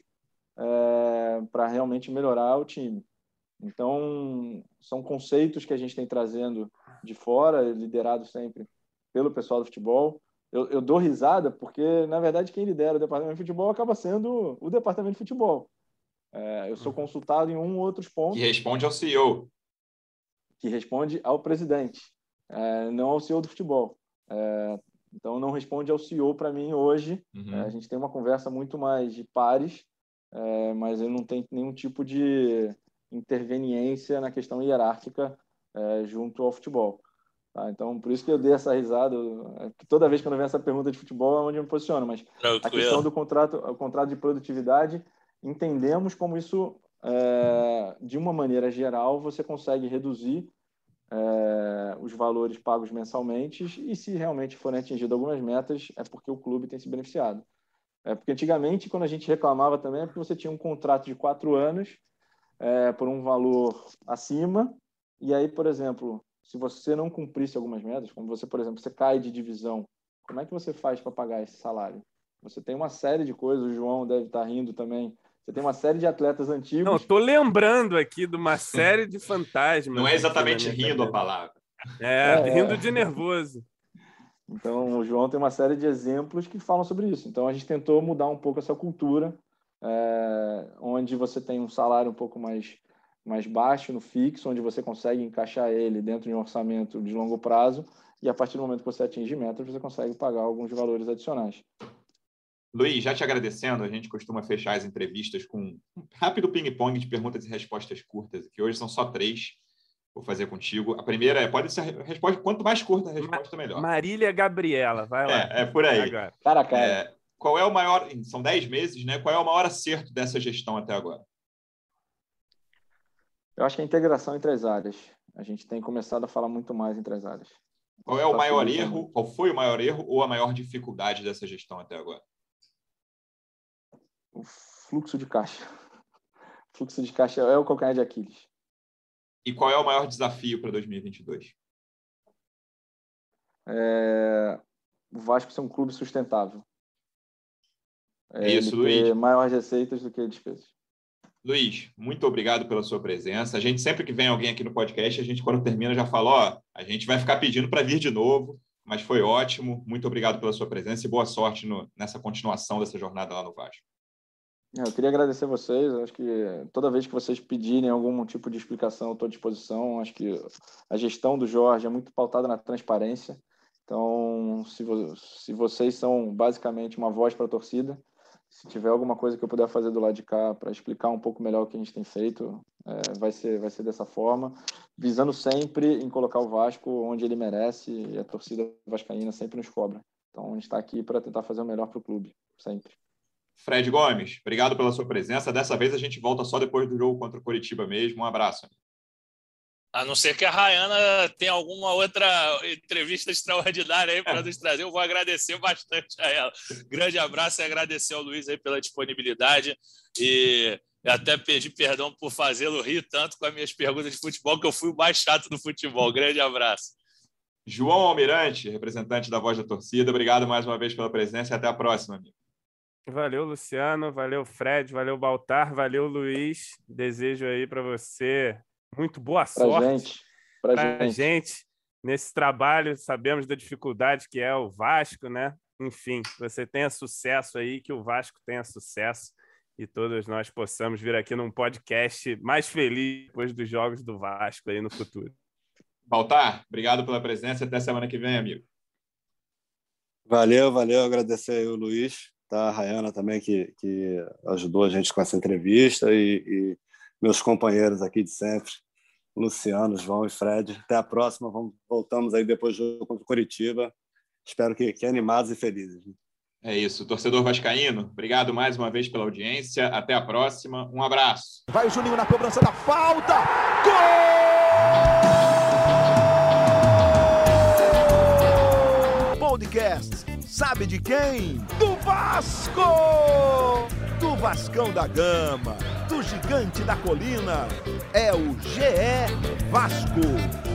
Speaker 2: para realmente melhorar o time. Então, são conceitos que a gente tem trazendo de fora, liderado sempre pelo pessoal do futebol. Eu dou risada porque, na verdade, quem lidera o departamento de futebol acaba sendo o departamento de futebol. Eu sou consultado em um ou outros pontos.
Speaker 1: Que responde ao CEO.
Speaker 2: Que responde ao presidente, não ao CEO do futebol. Então, não responde ao CEO para mim hoje. A gente tem uma conversa muito mais de pares, mas eu não tenho nenhum tipo de interveniência na questão hierárquica junto ao futebol. Tá? Então, por isso que eu dei essa risada. Toda vez que eu venho essa pergunta de futebol é onde eu me posiciono. Mas a questão do contrato, o contrato de produtividade, entendemos como isso, de uma maneira geral, você consegue reduzir os valores pagos mensalmente e se realmente forem atingidas algumas metas, é porque o clube tem se beneficiado. Porque antigamente, quando a gente reclamava também, é porque você tinha um contrato de 4 anos por um valor acima, e aí, por exemplo, se você não cumprisse algumas metas, como você, por exemplo, você cai de divisão, como é que você faz para pagar esse salário? Você tem uma série de coisas, o João deve estar rindo também, você tem uma série de atletas antigos...
Speaker 5: Não, estou lembrando aqui de uma série de fantasmas.
Speaker 1: Não é exatamente rindo a palavra.
Speaker 5: Rindo de nervoso.
Speaker 2: Então, o João tem uma série de exemplos que falam sobre isso. Então, a gente tentou mudar um pouco essa cultura, onde você tem um salário um pouco mais baixo no fixo, onde você consegue encaixar ele dentro de um orçamento de longo prazo e a partir do momento que você atinge metas, você consegue pagar alguns valores adicionais.
Speaker 1: Luiz, já te agradecendo, a gente costuma fechar as entrevistas com um rápido ping-pong de perguntas e respostas curtas, que hoje são só 3. Vou fazer contigo. A primeira pode ser a resposta, quanto mais curta a resposta, melhor.
Speaker 5: Marília Gabriela, vai lá.
Speaker 1: É por aí.
Speaker 5: Agora.
Speaker 2: Cara a cara.
Speaker 1: Qual é o maior... São 10 meses, né? Qual é o maior acerto dessa gestão até agora?
Speaker 2: Eu acho que a integração entre as áreas. A gente tem começado a falar muito mais entre as áreas.
Speaker 1: Qual é o maior erro? Qual foi o maior erro ou a maior dificuldade dessa gestão até agora?
Speaker 2: O fluxo de caixa. O fluxo de caixa é o calcanhar de Aquiles.
Speaker 1: E qual é o maior desafio para 2022?
Speaker 2: O Vasco ser um clube sustentável.
Speaker 1: Isso, Luiz.
Speaker 2: Ter maiores receitas do que despesas.
Speaker 1: Luiz, muito obrigado pela sua presença. A gente, sempre que vem alguém aqui no podcast, a gente, quando termina, já fala, a gente vai ficar pedindo para vir de novo, mas foi ótimo. Muito obrigado pela sua presença e boa sorte nessa continuação dessa jornada lá no Vasco.
Speaker 2: Eu queria agradecer a vocês. Acho que toda vez que vocês pedirem algum tipo de explicação, eu estou à disposição. Acho que a gestão do Jorge é muito pautada na transparência. Então, se vocês são basicamente uma voz para a torcida, se tiver alguma coisa que eu puder fazer do lado de cá para explicar um pouco melhor o que a gente tem feito, vai ser dessa forma, visando sempre em colocar o Vasco onde ele merece, e a torcida vascaína sempre nos cobra. Então, a gente está aqui para tentar fazer o melhor para o clube, sempre.
Speaker 1: Fred Gomes, obrigado pela sua presença. Dessa vez a gente volta só depois do jogo contra o Coritiba mesmo. Um abraço.
Speaker 3: A não ser que a Rayana tenha alguma outra entrevista extraordinária aí para nos trazer, eu vou agradecer bastante a ela. Grande abraço e agradecer ao Luiz aí pela disponibilidade e até pedir perdão por fazê-lo rir tanto com as minhas perguntas de futebol, que eu fui o mais chato do futebol. Grande abraço.
Speaker 1: João Almirante, representante da Voz da Torcida, obrigado mais uma vez pela presença e até a próxima, amigo.
Speaker 5: Valeu, Luciano, valeu, Fred, valeu, Baltar, valeu, Luiz. Desejo aí para você muito boa sorte para a gente nesse trabalho. Sabemos da dificuldade que é o Vasco, né? Enfim, você tenha sucesso aí, que o Vasco tenha sucesso e todos nós possamos vir aqui num podcast mais feliz depois dos jogos do Vasco aí no futuro.
Speaker 1: Baltar, obrigado pela presença. Até semana que vem, amigo.
Speaker 4: Valeu. Agradecer aí o Luiz. a Rayana também, que ajudou a gente com essa entrevista, e meus companheiros aqui de sempre, Luciano, João e Fred. Até a próxima. Voltamos aí depois do jogo contra o Coritiba. Espero que animados e felizes.
Speaker 1: É isso. Torcedor vascaíno, obrigado mais uma vez pela audiência. Até a próxima. Um abraço.
Speaker 6: Vai o Juninho na cobrança da falta. Gol! Podcast. Sabe de quem? Do Vasco! Do Vascão da Gama, do Gigante da Colina. É o GE Vasco.